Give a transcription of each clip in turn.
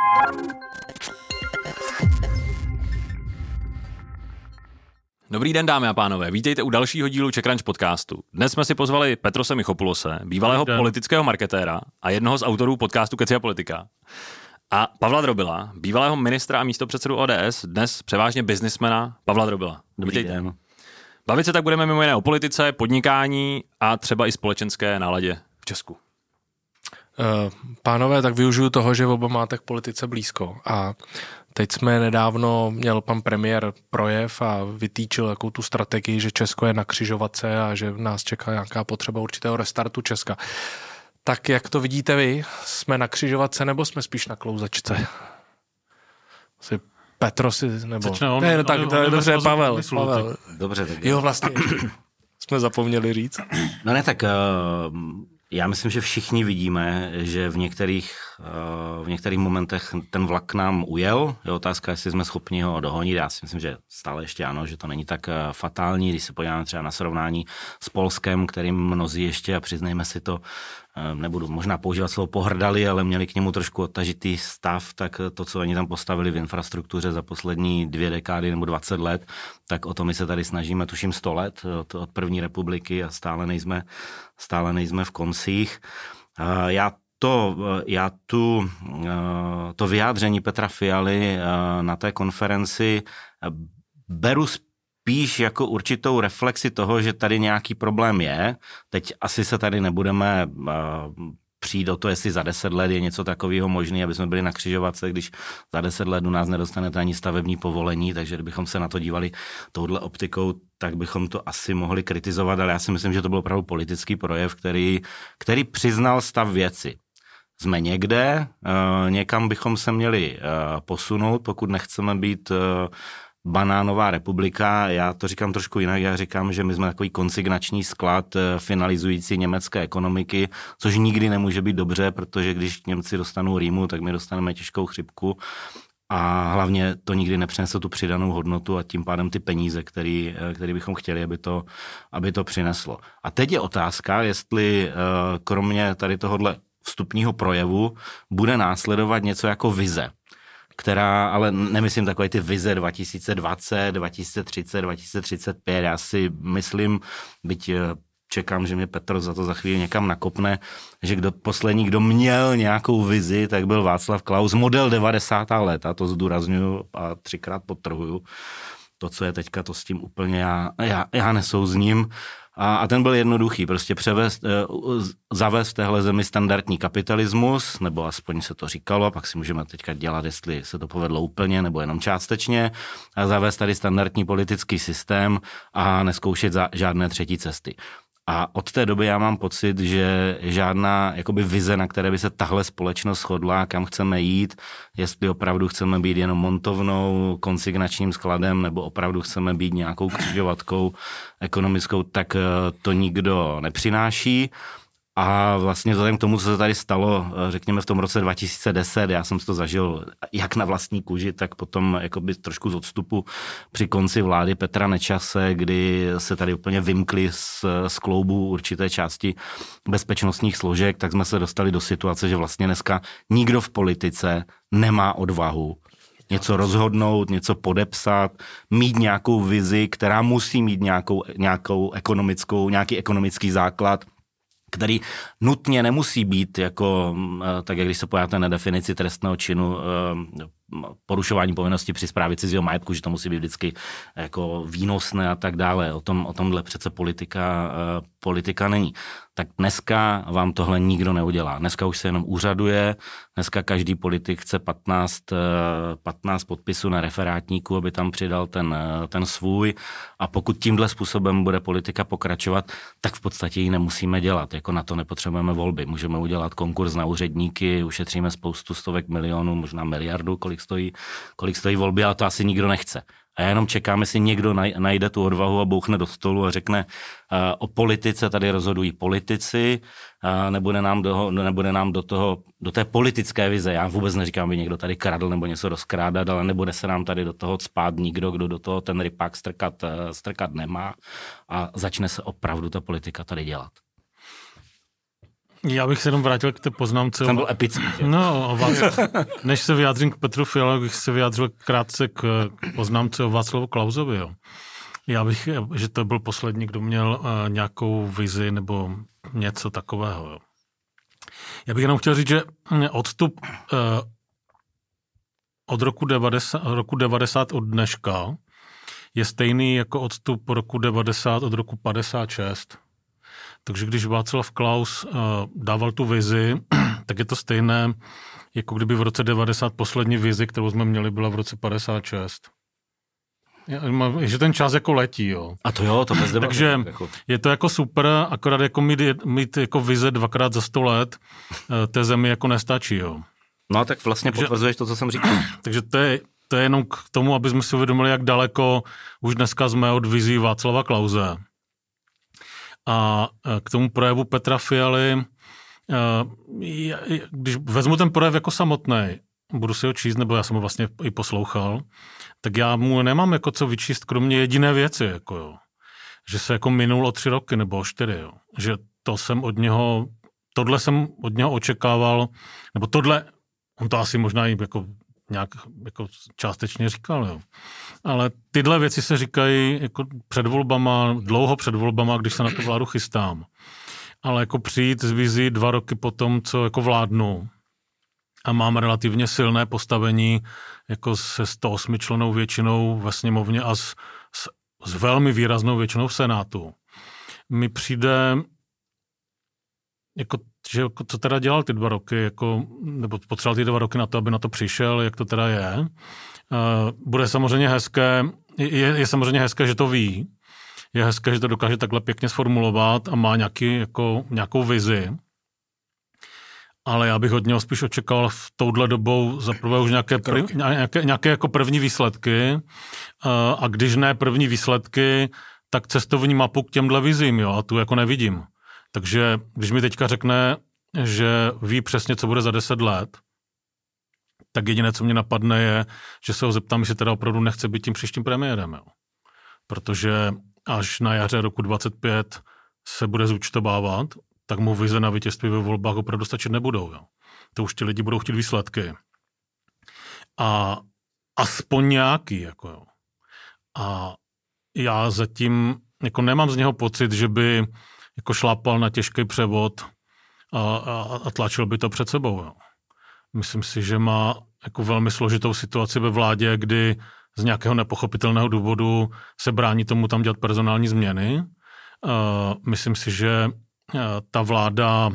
Dobrý den, dámy a pánové, vítejte u dalšího dílu CzechCrunch podcastu. Dnes jsme si pozvali Petrose Michopulose, bývalého politického marketéra a jednoho z autorů podcastu Keci a politika. A Pavla Drobila, bývalého ministra a místopředsedu ODS, dnes převážně biznismena Pavla Drobila. Dobrý den. Bavit se tak budeme mimo jiné o politice, podnikání a třeba i společenské náladě v Česku. Pánové, tak využiju toho, že oba máte k politice blízko. A teď jsme nedávno, měl pan premiér projev a vytýčil jakou tu strategii, že Česko je na křižovatce a že nás čeká nějaká potřeba určitého restartu Česka. Tak jak to vidíte vy? Jsme na křižovatce nebo jsme spíš na klouzačce? Asi Petros nebo... Dobře, Pavel. Dobře, tak jo, vlastně jsme zapomněli říct. No ne, tak já myslím, že všichni vidíme, že v některých momentech ten vlak nám ujel. Je otázka, jestli jsme schopni ho dohonit. Já si myslím, že stále ještě ano, že to není tak fatální, když se podíváme třeba na srovnání s Polskem, kterým mnozí ještě, a přiznejme si to, nebudu možná používat slovo pohrdali, ale měli k němu trošku odtažitý stav, tak to, co oni tam postavili v infrastruktuře za poslední 2 dekády nebo 20 let, tak o to my se tady snažíme, tuším 100 let od první republiky a stále nejsme v koncích. To vyjádření Petra Fialy na té konferenci beru spíš jako určitou reflexi toho, že tady nějaký problém je. Teď asi se tady nebudeme přijít o to, jestli za 10 let je něco takového možné, aby jsme byli na křižovatce, když za 10 let u nás nedostanete ani stavební povolení, takže kdybychom se na to dívali touhle optikou, tak bychom to asi mohli kritizovat, ale já si myslím, že to byl opravdu politický projev, který přiznal stav věci. Jsme někde, někam bychom se měli posunout, pokud nechceme být banánová republika. Já to říkám trošku jinak, já říkám, že my jsme takový konsignační sklad finalizující německé ekonomiky, což nikdy nemůže být dobře, protože když Němci dostanou rýmu, tak my dostaneme těžkou chřipku a hlavně to nikdy nepřineslo tu přidanou hodnotu a tím pádem ty peníze, který bychom chtěli, aby to přineslo. A teď je otázka, jestli kromě tady tohohle vstupního projevu bude následovat něco jako vize, která, ale nemyslím takové ty vize 2020, 2030, 2035, já si myslím, byť čekám, že mě Petr za to za chvíli někam nakopne, že poslední, kdo měl nějakou vizi, tak byl Václav Klaus, model 90. let, a to zdůrazňuju a 3krát podtrhuju. To, co je teďka, to s tím úplně já nesouzním. A ten byl jednoduchý, prostě zavést v téhle zemi standardní kapitalismus, nebo aspoň se to říkalo, a pak si můžeme teďka dělat, jestli se to povedlo úplně, nebo jenom částečně, a zavést tady standardní politický systém a neskoušet žádné třetí cesty. A od té doby já mám pocit, že žádná jakoby vize, na které by se tahle společnost shodla, kam chceme jít, jestli opravdu chceme být jenom montovnou, konsignačním skladem, nebo opravdu chceme být nějakou křižovatkou ekonomickou, tak to nikdo nepřináší. A vlastně vzhledem k tomu, co se tady stalo, řekněme v tom roce 2010, já jsem si to zažil jak na vlastní kůži, tak potom jakoby trošku z odstupu při konci vlády Petra Nečase, kdy se tady úplně vymkli z kloubu určité části bezpečnostních složek, tak jsme se dostali do situace, že vlastně dneska nikdo v politice nemá odvahu něco rozhodnout, něco podepsat, mít nějakou vizi, která musí mít nějaký ekonomický základ, který nutně nemusí být jako, tak jak když se pojáte na definici trestného činu, porušování povinnosti při správě cizího majetku, že to musí být vždycky jako výnosné a tak dále. O tomhle přece politika není. Tak dneska vám tohle nikdo neudělá. Dneska už se jenom úřaduje, dneska každý politik chce 15 podpisů na referátníku, aby tam přidal ten svůj, a pokud tímhle způsobem bude politika pokračovat, tak v podstatě ji nemusíme dělat. Jako na to nepotřebujeme volby. Můžeme udělat konkurs na úředníky, ušetříme spoustu stovek milionů, možná miliardu, kolik stojí volby, ale to asi nikdo nechce. A já jenom čekám, jestli někdo najde tu odvahu a bouchne do stolu a řekne, o politice tady rozhodují politici, nebude nám do té politické vize. Já vůbec neříkám, aby někdo tady kradl nebo něco rozkrádat, ale nebude se nám tady do toho cpát nikdo, kdo do toho ten rypák strkat nemá, a začne se opravdu ta politika tady dělat. Já bych se jenom vrátil k té poznámce. Jsem byl epický. No, než se vyjádřím k Petru Fialovi, bych se vyjádřil krátce k poznámce o Václavu Klausovi. Jo. Že to byl poslední, kdo měl nějakou vizi nebo něco takového. Jo. Já bych jenom chtěl říct, že odstup od roku 90 od dneška je stejný jako odstup roku 90 od roku 56. Takže když Václav Klaus dával tu vizi, tak je to stejné, jako kdyby v roce 90 poslední vizi, kterou jsme měli, byla v roce 56. Že ten čas jako letí, jo. A to jo, to bez debaty. Takže je to jako super, akorát jako mít jako vize 2x za 100 let té zemi jako nestačí, jo. No tak vlastně potvrzuješ to, co jsem říkal. Takže to je jenom k tomu, aby jsme si uvědomili, jak daleko už dneska jsme od vizí Václava Klause. A k tomu projevu Petra Fialy, když vezmu ten projev jako samotný, budu si ho číst, nebo já jsem ho vlastně i poslouchal, tak já mu nemám jako co vyčíst, kromě jediné věci, jako jo. Že se jako minul o 3 roky nebo o 4, jo. Že tohle jsem od něho očekával, nebo tohle, on to asi možná i jako nějak jako částečně říkal, jo. Ale tyhle věci se říkají jako před volbama, dlouho před volbama, když se na tu vládu chystám. Ale jako přijít z vizí 2 roky potom, co jako vládnu a mám relativně silné postavení jako se 108 člennou většinou ve sněmovně a s velmi výraznou většinou v Senátu, mi přijde jako, že jako, co teda dělal ty 2 roky, jako, nebo potřeboval ty 2 roky na to, aby na to přišel, jak to teda je. Bude samozřejmě hezké, je samozřejmě hezké, že to ví, je hezké, že to dokáže takhle pěkně sformulovat a má nějakou vizi, ale já bych od něho spíš očekával v touhle dobou zaprvé už nějaké jako první výsledky a když ne první výsledky, tak cestovní mapu k těmhle vizím, jo, a tu jako nevidím. Takže když mi teďka řekne, že ví přesně, co bude za 10 let, tak jediné, co mě napadne, je, že se ho zeptám, jestli teda opravdu nechce být tím příštím premiérem. Jo. Protože až na jaře roku 2025 se bude zúčtovávat, tak mu vize na vítězství ve volbách opravdu stačit nebudou. Jo. To už ti lidi budou chtít výsledky. A aspoň nějaký. Jako jo. A já zatím jako nemám z něho pocit, že by jako šlápal na těžký převod a tlačil by to před sebou. Jo. Myslím si, že má jako velmi složitou situaci ve vládě, kdy z nějakého nepochopitelného důvodu se brání tomu tam dělat personální změny. Myslím si, že ta vláda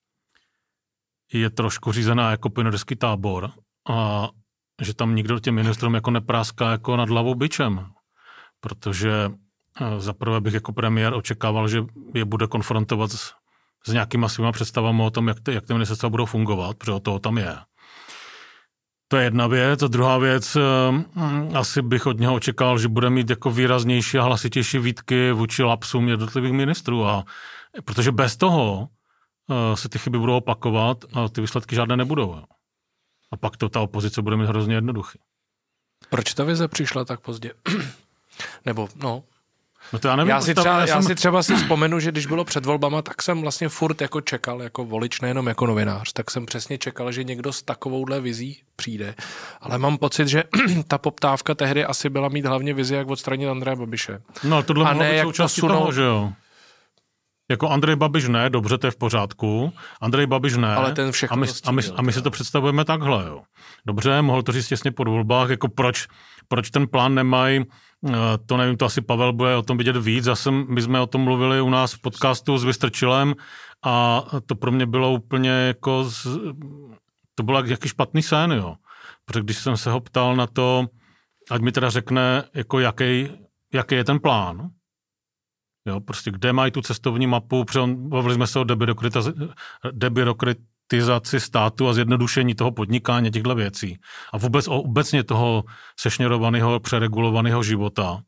je trošku řízená jako pionerský tábor a že tam nikdo těm ministrům jako nepráská jako nad hlavou bičem. Protože zaprvé bych jako premiér očekával, že je bude konfrontovat s nějakýma svýma představami o tom, jak ty ministerstva budou fungovat, protože o toho tam je. To je jedna věc. A druhá věc, asi bych od něho očekával, že bude mít jako výraznější a hlasitější výtky vůči lapsům jednotlivých ministrů. Protože bez toho se ty chyby budou opakovat a ty výsledky žádné nebudou. Jo. A pak to ta opozice bude mít hrozně jednoduchý. Proč ta vize přišla tak pozdě? Nebo, no... No to já nevím, já si třeba vzpomenu, že když bylo před volbama, tak jsem vlastně furt jako čekal jako volič, nejenom jako novinář, tak jsem přesně čekal, že někdo s takovouhle vizí přijde. Ale mám pocit, že ta poptávka tehdy asi byla mít hlavně vizi, jak odstranit Andreje Babiše. No tohle mohlo být součástí toho, že jo. Jako Andrej Babiš ne, dobře, to je v pořádku. Andrej Babiš ne. Ale ten všechno a my si to představujeme takhle, jo. Dobře, mohl to říct těsně po volbách, jako proč ten plán nemají, to nevím, to asi Pavel bude o tom vidět víc. My jsme o tom mluvili u nás v podcastu s Vystrčilem a to pro mě bylo úplně jako, to bylo jaký špatný sen, jo. Protože když jsem se ho ptal na to, ať mi teda řekne, jako jaký je ten plán, jo, prostě kde mají tu cestovní mapu, bavili jsme se o debyrokratizaci státu a zjednodušení toho podnikání těchto věcí. A vůbec obecně toho sešněrovaného, přeregulovaného života.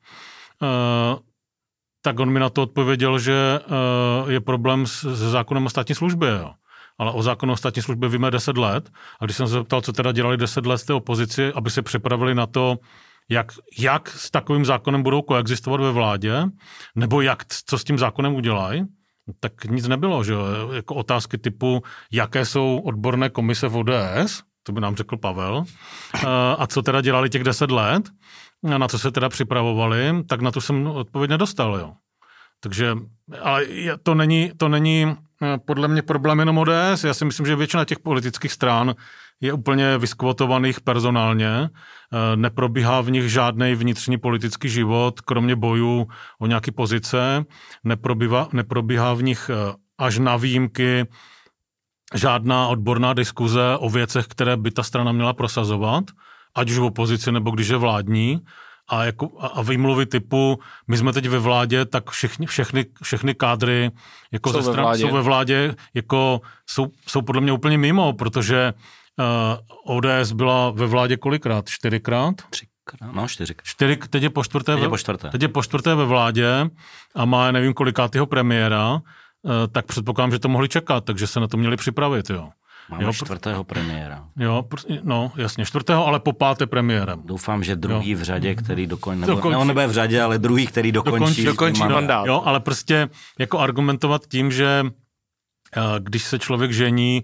Tak on mi na to odpověděl, že je problém se zákonem o státní službě. Jo. Ale o zákonu o státní službě víme 10 let. A když jsem se zeptal, co teda dělali 10 let z té opozici, aby se připravili na to, jak s takovým zákonem budou koexistovat ve vládě, nebo co s tím zákonem udělají, tak nic nebylo, že jo? Jako otázky typu, jaké jsou odborné komise v ODS, to by nám řekl Pavel, a co teda dělali těch 10 let, a na co se teda připravovali, tak na to jsem odpověď nedostal, jo. Takže, ale to není podle mě problém jenom ODS, já si myslím, že většina těch politických stran je úplně vyskvotovaných personálně, neprobíhá v nich žádný vnitřní politický život, kromě bojů o nějaké pozice, neprobíhá v nich až na výjimky žádná odborná diskuze o věcech, které by ta strana měla prosazovat, ať už v opozici, nebo když je vládní, a výmluvy typu, my jsme teď ve vládě, tak všechny kádry jako jsou ve vládě, jako jsou podle mě úplně mimo, protože ODS byla ve vládě kolikrát? 4krát? 4krát. Teď je po čtvrté ve vládě a má nevím kolikátýho premiéra, tak předpokládám, že to mohli čekat, takže se na to měli připravit, jo. Máme 4. premiéra. Jo, no jasně, 4., ale po 5. premiérem. Doufám, že druhý v řadě, který dokončí. On nebude v řadě, ale druhý, který dokončí mandát. Jo, ale prostě jako argumentovat tím, že když se člověk žení,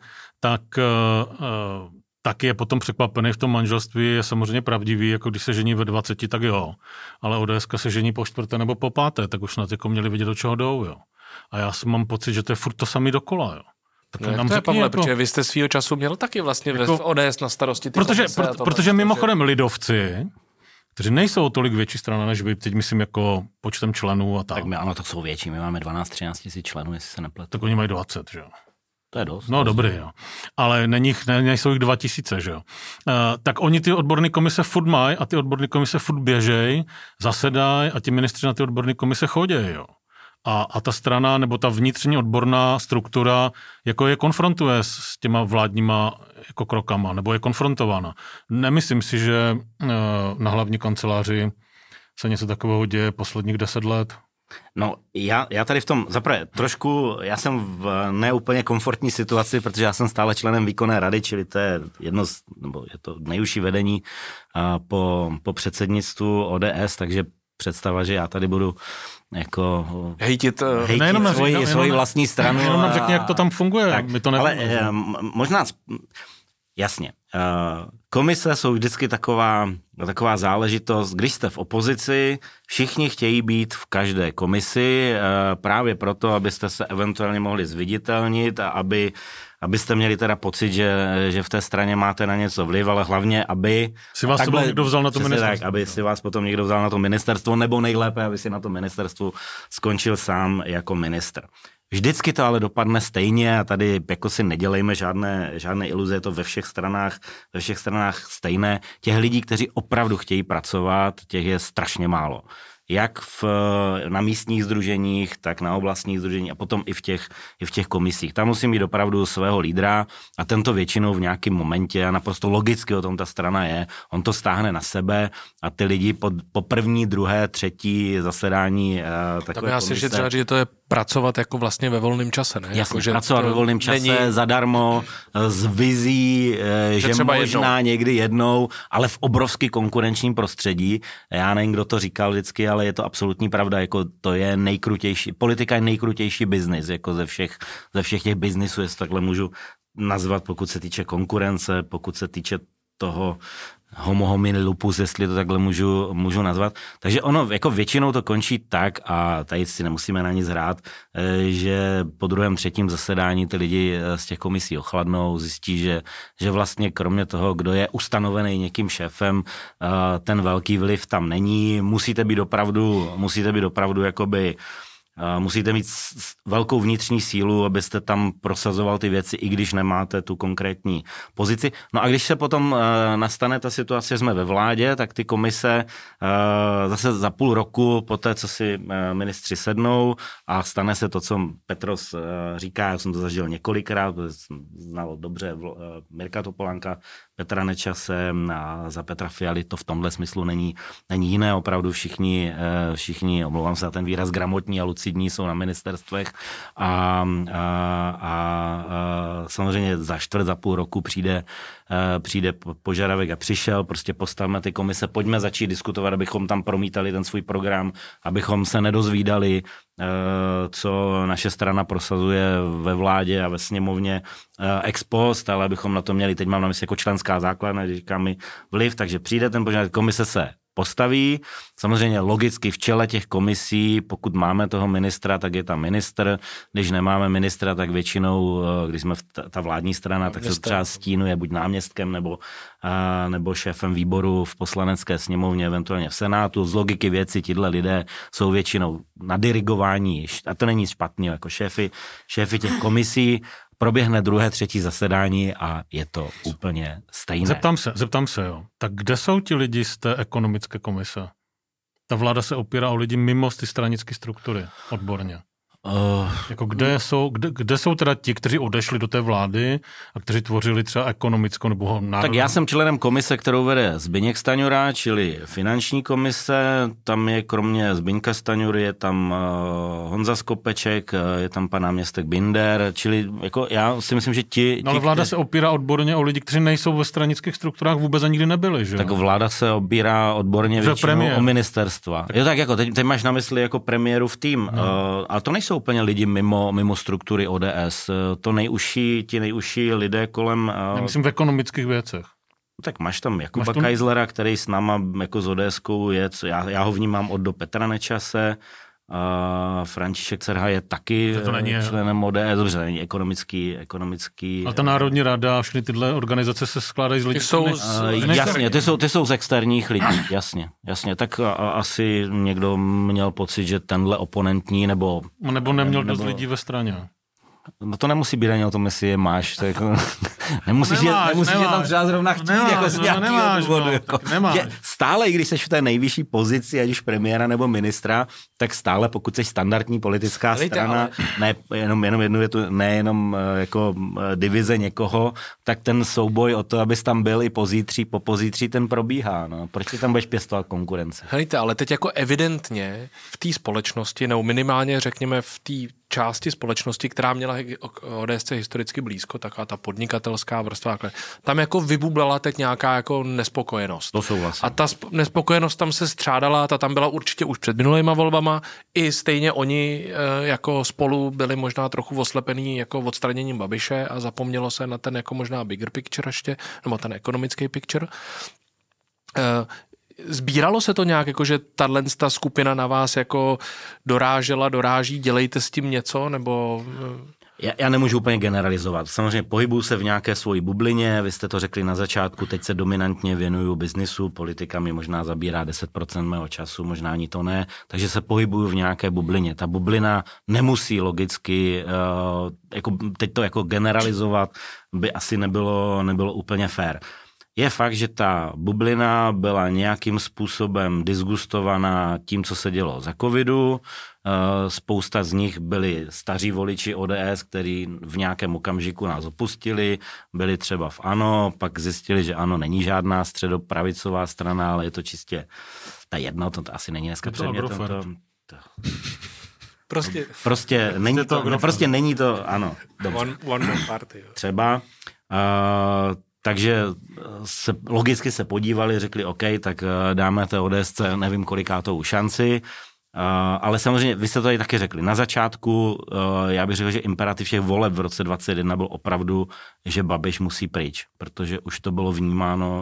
tak je potom překvapený v tom manželství, je samozřejmě pravdivý, jako když se žení ve 20, tak jo. Ale ODSka se žení po 4. nebo po 5., tak už snad jako měli vidět, do čeho jdou, jo. A já mám pocit, že to je furt to samý dokola, jo. Tak nám to je, Pavle, jako, protože vy jste svýho času měl taky vlastně jako, ODS na starosti. Protože mimochodem lidovci, kteří nejsou tolik větší strana, než vy, teď myslím jako počtem členů a tak. Tak my ano, tak jsou větší, my máme 12-13 tisíc členů, jestli se nepletu. Tak oni mají 20, že jo. To je dost. No dobrý, jo. Ale nejsou jich 2000, že jo. Tak oni ty odborné komise furt mají a ty odborné komise furt běžej, zasedají a ti ministři na ty odborné komise chodějí, jo. A ta strana nebo ta vnitřní odborná struktura jako je konfrontuje s těma vládníma jako krokama, nebo je konfrontována. Nemyslím si, že na hlavní kanceláři se něco takového děje posledních 10 let. No, já tady v tom, zaprvé trošku, já jsem v neúplně komfortní situaci, protože já jsem stále členem výkonné rady, čili to je je to nejužší vedení po předsednictvu ODS, takže představa, že já tady budu jako hejtit svoji vlastní stranu. Jenom nám řekni, jak to tam funguje. Tak, my to nevíme. Ale možná, jasně, komise jsou vždycky taková záležitost, když jste v opozici, všichni chtějí být v každé komisi, právě proto, abyste se eventuálně mohli zviditelnit a abyste měli teda pocit, že v té straně máte na něco vliv, ale hlavně, aby si vás takhle, někdo vzal na to ministerstvo. Tak, aby si vás potom někdo vzal na to ministerstvo, nebo nejlépe, aby si na to ministerstvu skončil sám jako ministr. Vždycky to ale dopadne stejně a tady jako si nedělejme žádné iluze, je to ve všech stranách stejné. Těch lidí, kteří opravdu chtějí pracovat, těch je strašně málo. Jak na místních sdruženích, tak na oblastních sdruženích a potom i v těch komisích. Tam musí mít opravdu svého lídra a tento většinou v nějakém momentě a naprosto logicky o tom ta strana je, on to stáhne na sebe a ty lidi po první, druhé, třetí zasedání takové komise. Tam já si třeba, že to je pracovat jako vlastně ve volném čase, ne? Jasně, jako, pracovat ve volném čase, zadarmo, s vizí, že možná někdy jednou, ale v obrovský konkurenčním prostředí. Já nevím, kdo to říkal vždycky, ale je to absolutní pravda, jako to je nejkrutější, politika je nejkrutější biznis, jako ze všech těch biznisů, jestli takhle můžu nazvat, pokud se týče konkurence, pokud se týče toho homo homini lupus, jestli to takhle můžu nazvat. Takže ono jako většinou to končí tak, a tady si nemusíme na nic hrát, že po druhém, třetím zasedání ty lidi z těch komisí ochladnou, zjistí, že vlastně kromě toho, kdo je ustanovený někým šéfem, ten velký vliv tam není. Musíte být opravdu jakoby musíte mít velkou vnitřní sílu, abyste tam prosazoval ty věci, i když nemáte tu konkrétní pozici. No a když se potom nastane ta situace, že jsme ve vládě, tak ty komise zase za půl roku, poté, co si ministři sednou a stane se to, co Petros říká, já jsem to zažil několikrát, protože jsem znal dobře Mirka Topolánka, Petra Nečase a za Petra Fialy to v tomhle smyslu není jiné. Opravdu všichni, omlouvám se za ten výraz, gramotní a lucidní jsou na ministerstvech a samozřejmě za půl roku přijde požadavek a přišel, prostě postavme ty komise, pojďme začít diskutovat, abychom tam promítali ten svůj program, abychom se nedozvídali co naše strana prosazuje ve vládě a ve sněmovně ex post, ale abychom na to měli, teď mám na mysli jako členská základna, když říkám mi vliv, takže přijde ten požadavek, komise se postaví. Samozřejmě logicky v čele těch komisí, pokud máme toho ministra, tak je tam ministr. Když nemáme ministra, tak většinou, když jsme ta vládní strana, tak se třeba stínuje buď náměstkem nebo šéfem výboru v poslanecké sněmovně, eventuálně v Senátu. Z logiky věci tihle lidé jsou většinou na dirigování, a to není špatný, jako šéfy těch komisí. Proběhne 2., 3. zasedání a je to úplně stejné. Zeptám se, jo. Tak kde jsou ti lidi z té ekonomické komise? Ta vláda se opírá o lidi mimo ty stranické struktury odborně. Jako kde jsou teda ti, kteří odešli do té vlády a kteří tvořili třeba ekonomickou nebo národní? Tak já jsem členem komise, kterou vede Zbyněk Stanjura, čili finanční komise. Tam je kromě Zbyňka Stanjury, je tam Honza Skopeček, je tam pan náměstek Binder, čili jako já si myslím, že ti... No ale vláda se opírá odborně o lidi, kteří nejsou ve stranických strukturách, vůbec a nikdy nebyli, že? Tak vláda se opírá odborně většinou o ministerstva. Jo, tak jako teď máš na mysli jako premiérův tým, a to nejsou úplně lidi mimo struktury ODS. Ti nejužší lidé kolem... Já myslím v ekonomických věcech. Tak máš tam Jakuba Kajzlera, který s náma jako s ODSkou je, já ho vnímám od do Petra Nečase, František Cerha je taky členem ODS, dobře, není ekonomický... Ale ta Národní rada a všechny tyhle organizace se skládají z lidí. Jasně, ty jsou z externích lidí, jasně. Tak asi někdo měl pocit, že tenhle oponentní nebo neměl dost lidí ve straně. No to nemusí být ani o tom, jestli je máš. To jako, nemusíš je tam třeba zrovna chtít jako z nějakého důvodu. Stále, i když jsi v té nejvyšší pozici, ať už premiéra nebo ministra, tak stále, pokud jsi standardní politická strana, nejenom jako divize někoho, tak ten souboj o to, abys tam byl i po pozítří, ten probíhá. No. Proč si tam budeš pěstovat konkurence? Hejte, ale teď jako evidentně v té společnosti, nebo minimálně řekněme v té části společnosti, která měla ODSce historicky blízko, taková ta podnikatelská vrstva, tam jako vybublala teď nějaká jako nespokojenost. To souhlasím. A ta nespokojenost tam se střádala, ta tam byla určitě už před minulýma volbama, i stejně oni jako spolu byli možná trochu oslepený jako odstraněním Babiše a zapomnělo se na ten jako možná bigger picture ještě, nebo ten ekonomický picture. Sbíralo se to nějak, jako že ta skupina na vás jako doráží, dělejte s tím něco, nebo... Já nemůžu úplně generalizovat. Samozřejmě pohybuju se v nějaké svojí bublině, vy jste to řekli na začátku, teď se dominantně věnuju biznisu, politika mi možná zabírá 10% mého času, možná ani to ne, takže se pohybuju v nějaké bublině. Ta bublina nemusí logicky, jako, teď to jako generalizovat by asi nebylo úplně fér. Je fakt, že ta bublina byla nějakým způsobem disgustovaná tím, co se dělo za covidu. Spousta z nich byli staří voliči ODS, kteří v nějakém okamžiku nás opustili, byli třeba v ANO, pak zjistili, že ANO není žádná středopravicová strana, ale je to čistě ta jedno, to asi není dneska předmětem. Prostě není to, ano. One party. Třeba. Takže logicky se podívali, řekli OK, tak dáme té ODSce nevím kolikátou šanci, ale samozřejmě vy jste to tady taky řekli. Na začátku já bych řekl, že imperativ všech voleb v roce 2021 byl opravdu, že Babiš musí pryč, protože už to bylo vnímáno,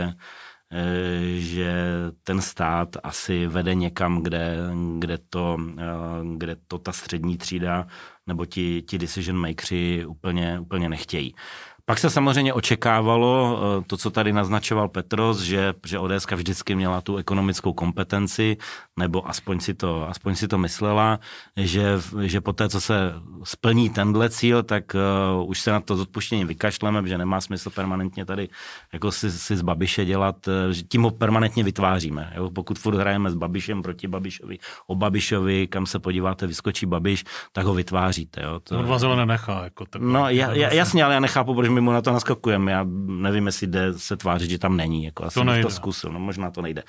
že ten stát asi vede někam, kde to ta střední třída nebo ti decision makeri úplně nechtějí. Pak se samozřejmě očekávalo to, co tady naznačoval Petros, že ODSka vždycky měla tu ekonomickou kompetenci, nebo aspoň si to myslela, že po té, co se splní tenhle cíl, tak už se na to s odpuštěním vykašleme, protože nemá smysl permanentně tady jako si z Babiše dělat, že tím ho permanentně vytváříme. Jo? Pokud furt hrajeme s Babišem proti Babišovi, o Babišovi, kam se podíváte, vyskočí Babiš, tak ho vytváříte. Jo? On vás ale nenechá. Jako no jasně, ale já nechápu, proč my mu na to naskakujeme. Já nevím, jestli jde se tvářit, že tam není. Jako asi to zkusil, no možná to nejde.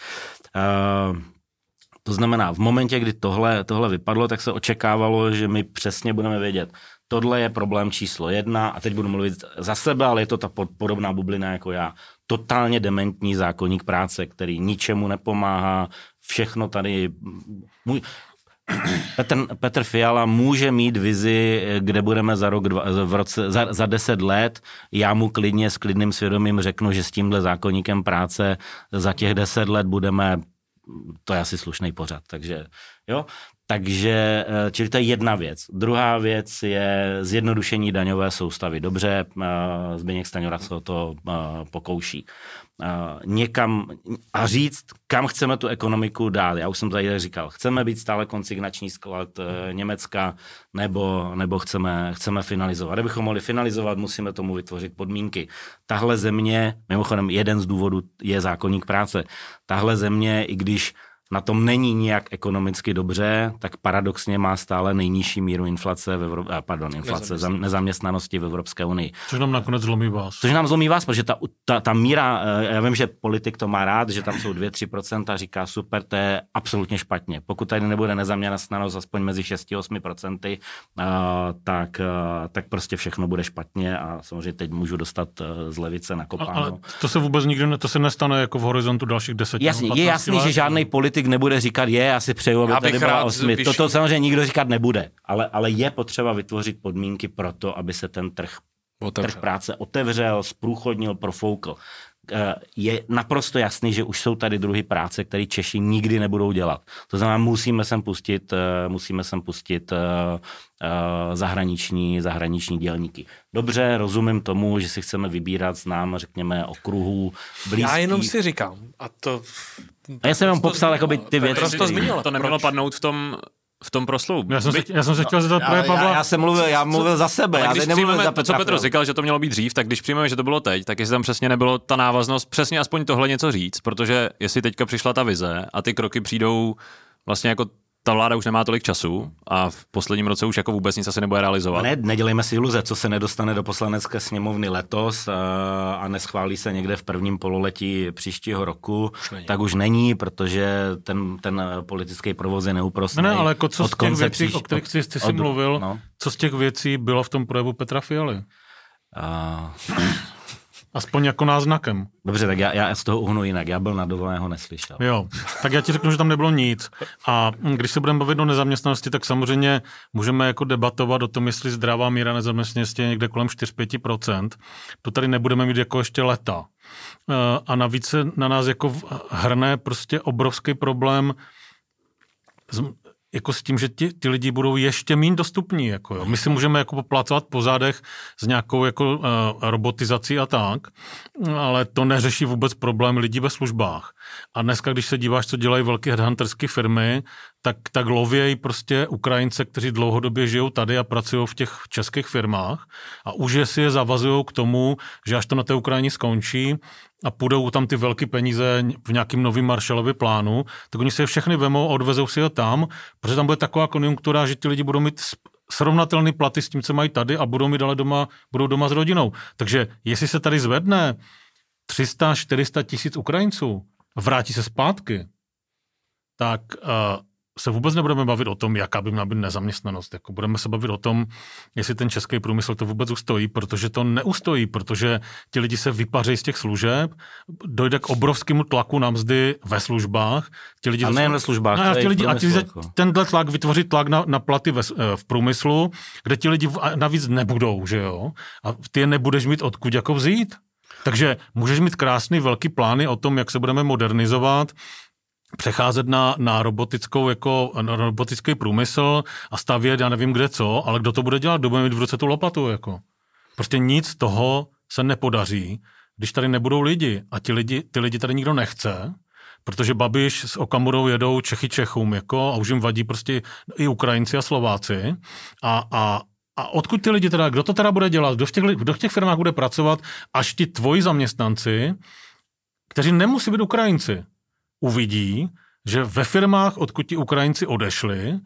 To znamená, v momentě, kdy tohle vypadlo, tak se očekávalo, že my přesně budeme vědět, tohle je problém číslo 1 a teď budu mluvit za sebe, ale je to ta podobná bublina jako já. Totálně dementní zákoník práce, který ničemu nepomáhá, všechno tady... Petr Fiala může mít vizi, kde budeme za 10 let. Já mu klidně s klidným svědomím řeknu, že s tímhle zákoníkem práce za těch 10 let budeme, to je asi slušný pořad, takže jo. Takže, čili to je jedna věc. Druhá věc je zjednodušení daňové soustavy. Dobře, Zbyněk Stanjura se o to pokouší. Někam a říct, kam chceme tu ekonomiku dát. Já už jsem tady říkal, chceme být stále konsignační sklad Německa, nebo chceme finalizovat. Kdybychom mohli finalizovat, musíme tomu vytvořit podmínky. Tahle země, mimochodem jeden z důvodů je zákoník práce, tahle země, i když na tom není nijak ekonomicky dobře, tak paradoxně má stále nejnižší míru inflace nezaměstnanosti v Evropské unii. Což nám nakonec zlomí vás. Což nám zlomí vás, protože ta míra, já vím, že politik to má rád, že tam jsou 2-3% a říká super, to je absolutně špatně. Pokud tady nebude nezaměstnanost aspoň mezi 6-8%, tak prostě všechno bude špatně a samozřejmě teď můžu dostat z levice na kopáno. Ale to se vůbec nikdy to se nestane jako v horizontu dalších 10 let. Jasně, je jasný, že žádný politik nebude říkat, já si přeju, aby tady byla 8. Toto samozřejmě nikdo říkat nebude, ale je potřeba vytvořit podmínky pro to, aby se ten trh práce otevřel, zprůchodnil, profoukl. Je naprosto jasný, že už jsou tady druhy práce, které Češi nikdy nebudou dělat. To znamená, musíme sem pustit zahraniční dělníky. Dobře, rozumím tomu, že si chceme vybírat z nám, řekněme, okruhů blízkých. Já jenom si říkám, a já jsem vám popsal jakoby ty věci. To nemělo padnout v tom proslovu. Já jsem se chtěl zeptat pro Pavla. Já mluvil za sebe. Ale když přijmeme to, co Petr říkal, že to mělo být dřív, tak když přijmeme, že to bylo teď, tak jestli tam přesně nebylo ta návaznost, přesně aspoň tohle něco říct, protože jestli teďka přišla ta vize a ty kroky přijdou vlastně jako ta vláda už nemá tolik času a v posledním roce už jako vůbec nic asi nebude realizovat. Nedělejme si iluze, co se nedostane do poslanecké sněmovny letos a neschválí se někde v prvním pololetí příštího roku, tak už není, protože ten politický provoz je neúprosný. Ne, ale jako co z těch věcí, o kterých jsi si mluvil, co z těch věcí bylo v tom projevu Petra Fialy? Aspoň jako náznakem. Dobře, tak já z toho uhnu jinak. Já byl na dovolené, ho neslyšel. Jo, tak já ti řeknu, že tam nebylo nic. A když se budeme bavit o nezaměstnanosti, tak samozřejmě můžeme jako debatovat o tom, jestli zdravá míra nezaměstnanosti je někde kolem 4-5%. To tady nebudeme mít jako ještě leta. A navíc se na nás jako hrne prostě obrovský problém jako s tím, že ty lidi budou ještě méně dostupní. Jako jo. My si můžeme jako poplácovat po zádech s nějakou jako robotizací a tak, ale to neřeší vůbec problém lidí ve službách. A dneska, když se díváš, co dělají velké headhunterské firmy, tak lovějí prostě Ukrajince, kteří dlouhodobě žijou tady a pracují v těch českých firmách a už si je zavazují k tomu, že až to na té Ukrajině skončí a půjdou tam ty velké peníze v nějakým novým Marshallově plánu, tak oni si je všechny vemou a odvezou si je tam, protože tam bude taková konjunktura, že ti lidi budou mít srovnatelné platy s tím, co mají tady a budou doma s rodinou. Takže jestli se tady zvedne 300-400 tisíc Ukrajinců, vrátí se zpátky, tak se vůbec nebudeme bavit o tom, jaká by měla být nezaměstnanost. Jako budeme se bavit o tom, jestli ten český průmysl to vůbec ustojí, protože to neustojí, protože ti lidi se vypařejí z těch služeb, dojde k obrovskému tlaku na mzdy ve službách. Ti lidi a nejen ve službách. Tenhle tlak vytvoří tlak na platy v průmyslu, kde ti lidi navíc nebudou, že jo? A ty je nebudeš mít odkud jako vzít. Takže můžeš mít krásný velký plány o tom, jak se budeme modernizovat, přecházet na robotický průmysl a stavět, já nevím kde co, ale kdo to bude dělat, kdo bude mít v ruce tu lopatu, jako. Prostě nic z toho se nepodaří, když tady nebudou lidi a ty lidi tady nikdo nechce, protože Babiš s Okamurou jedou Čechy Čechům, jako, a už jim vadí prostě i Ukrajinci a Slováci a odkud ty lidi teda, kdo to teda bude dělat, kdo v těch firmách bude pracovat, až ti tvoji zaměstnanci, kteří nemusí být Ukrajinci, uvidí, že ve firmách, odkud ti Ukrajinci odešli,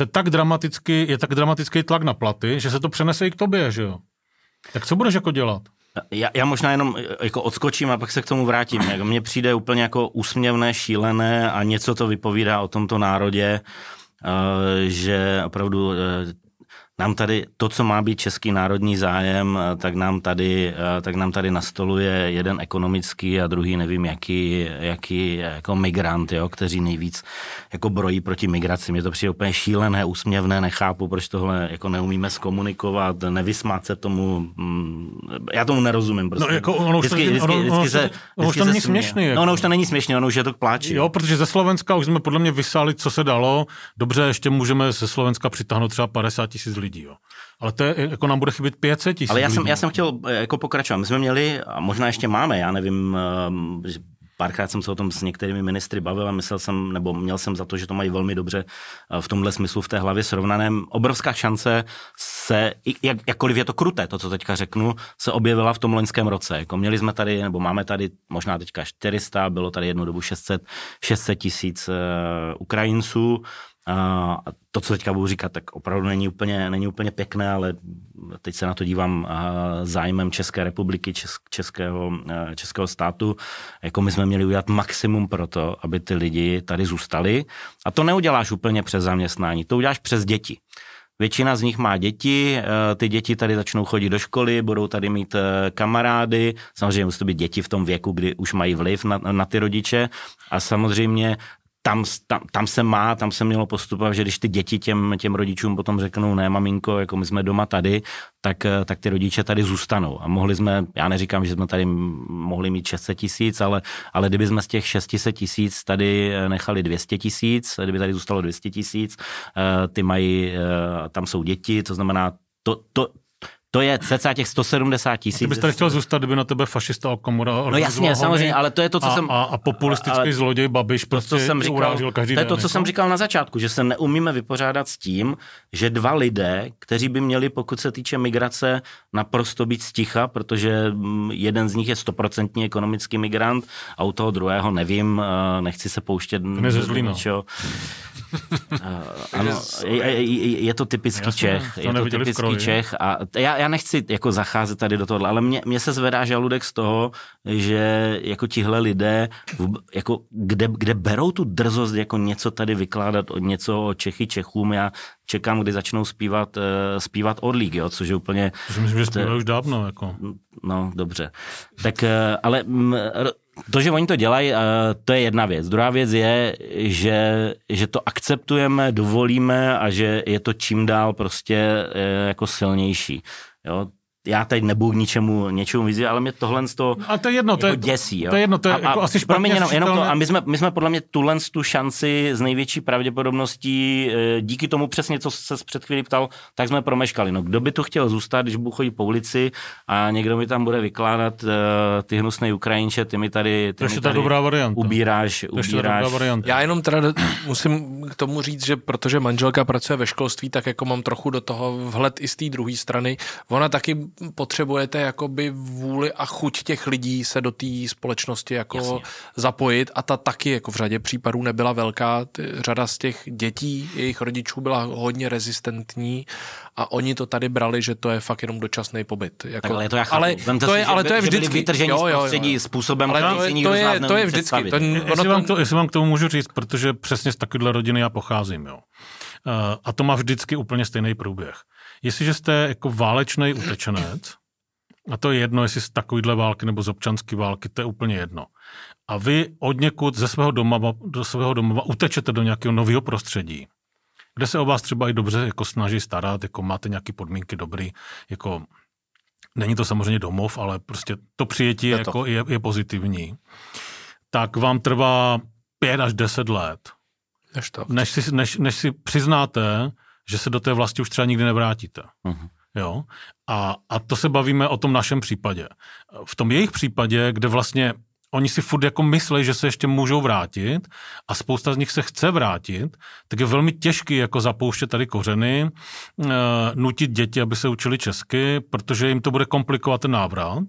je tak dramatický tlak na platy, že se to přenese i k tobě, že jo? Tak co budeš jako dělat? Já možná jenom jako odskočím a pak se k tomu vrátím. Mně přijde úplně jako úsměvné, šílené a něco to vypovídá o tomto národě, že opravdu nám tady to, co má být český národní zájem, tak nám tady nastoluje jeden ekonomický a druhý nevím jaký jako migrant, jo, kteří nejvíc jako brojí proti migraci. Mně to přijde úplně šílené, úsměvné, nechápu, proč tohle jako neumíme zkomunikovat, nevysmát se tomu. Já tomu nerozumím. Prostě. No, jako ono už to není směšný. Jako. No, ono už to není směšný, ono už je to k pláči. Jo, protože ze Slovenska už jsme podle mě vysáli, co se dalo. Dobře, ještě můžeme ze Slovenska přitáhnout třeba 50 000 lidí, jo. Ale to je, jako nám bude chybět 500 000 Ale lidí. já jsem chtěl jako pokračovat. My jsme měli, a možná ještě máme, já nevím, párkrát jsem se o tom s některými ministry bavil a měl jsem za to, že to mají velmi dobře v tomhle smyslu v té hlavě srovnaném. Obrovská šance se, jakkoliv je to kruté, to, co teďka řeknu, se objevila v tom loňském roce. Jako měli jsme tady, nebo máme tady možná teďka 400, bylo tady jednu dobu 600 000 Ukrajinců. A to, co teďka budu říkat, tak opravdu není úplně pěkné, ale teď se na to dívám zájmem České republiky, českého státu. Jako my jsme měli udělat maximum pro to, aby ty lidi tady zůstali. A to neuděláš úplně přes zaměstnání, to uděláš přes děti. Většina z nich má děti, ty děti tady začnou chodit do školy, budou tady mít kamarády, samozřejmě musí to být děti v tom věku, kdy už mají vliv na ty rodiče a samozřejmě tam se mělo postupovat, že když ty děti těm rodičům potom řeknou, ne maminko, jako my jsme doma tady, tak ty rodiče tady zůstanou. A mohli jsme, já neříkám, že jsme tady mohli mít 600 000, ale kdyby jsme z těch 600 000 tady nechali 200 000, kdyby tady zůstalo 200 000, tam jsou děti, to znamená, to je cca těch 170 000. Ty bys tady chtěl zůstat, kdyby na tebe fašista Okamura. No jasně, samozřejmě, ale to je to, co jsem... A populistický zloděj Babiš prostě urážil každý den. To je to, co jsem říkal na začátku, že se neumíme vypořádat s tím, že dva lidé, kteří by měli, pokud se týče migrace, naprosto být sticha, protože jeden z nich je 100% ekonomický migrant a u toho druhého nevím, nechci se pouštět do něčeho. Ano, je to typický Čech. Je to typický Čech a já nechci jako zacházet tady do tohohle, ale mě se zvedá žaludek z toho, že jako tihle lidé, jako kde berou tu drzost jako něco tady vykládat, něco o Čechům, já čekám, kdy začnou zpívat Orlík, jo, což je úplně... Myslím, že zpívají už dávno, jako. No, dobře. Tak, ale to, že oni to dělají, to je jedna věc. Druhá věc je, že to akceptujeme, dovolíme a že je to čím dál prostě jako silnější. Jo? Já teď nebudu něčemu vyzývat, ale mě tohle to je jedno, jako děsí. Jo? To je jedno, to je jako asi špatně a my jsme podle mě tu šanci z největší pravděpodobností díky tomu přesně, co se před chvílí ptal, tak jsme promeškali. No, kdo by tu chtěl zůstat, když budu chodit po ulici a někdo mi tam bude vykládat ty hnusné Ukrajinče, ty mi tady ubíráš. Já jenom teda musím k tomu říct, že protože manželka pracuje ve školství, tak jako mám trochu do toho vhled i z té druhé strany. Ona taky potřebujete jakoby vůli a chuť těch lidí se do té společnosti jako zapojit a ta taky jako v řadě případů nebyla velká. Řada z těch dětí, jejich rodičů byla hodně rezistentní a oni to tady brali, že to je fakt jenom dočasný pobyt. Jako, tak ale to já chápu. Ale to je vždycky. Vytržení z prostředí způsobem, který si nikdo z nás nemůže představit. Jestli vám k tomu můžu říct, protože přesně z takovéhle rodiny já pocházím. Jo. A to má vždycky úplně stejný průběh. Jestliže jste jako válečný utečenec, a to je jedno, jestli z takovýhle války nebo z občanské války, to je úplně jedno. A vy odněkud do svého domova utečete do nějakého nového prostředí, kde se o vás třeba i dobře jako snaží starat, jako máte nějaké podmínky dobrý, jako není to samozřejmě domov, ale prostě to přijetí jako je pozitivní. Tak vám trvá 5 až 10 let, než si přiznáte, že se do té vlasti už třeba nikdy nevrátíte. Uh-huh. Jo? A to se bavíme o tom našem případě. V tom jejich případě, kde vlastně oni si furt jako myslí, že se ještě můžou vrátit a spousta z nich se chce vrátit, tak je velmi těžký jako zapouštět tady kořeny, nutit děti, aby se učili česky, protože jim to bude komplikovat ten návrat.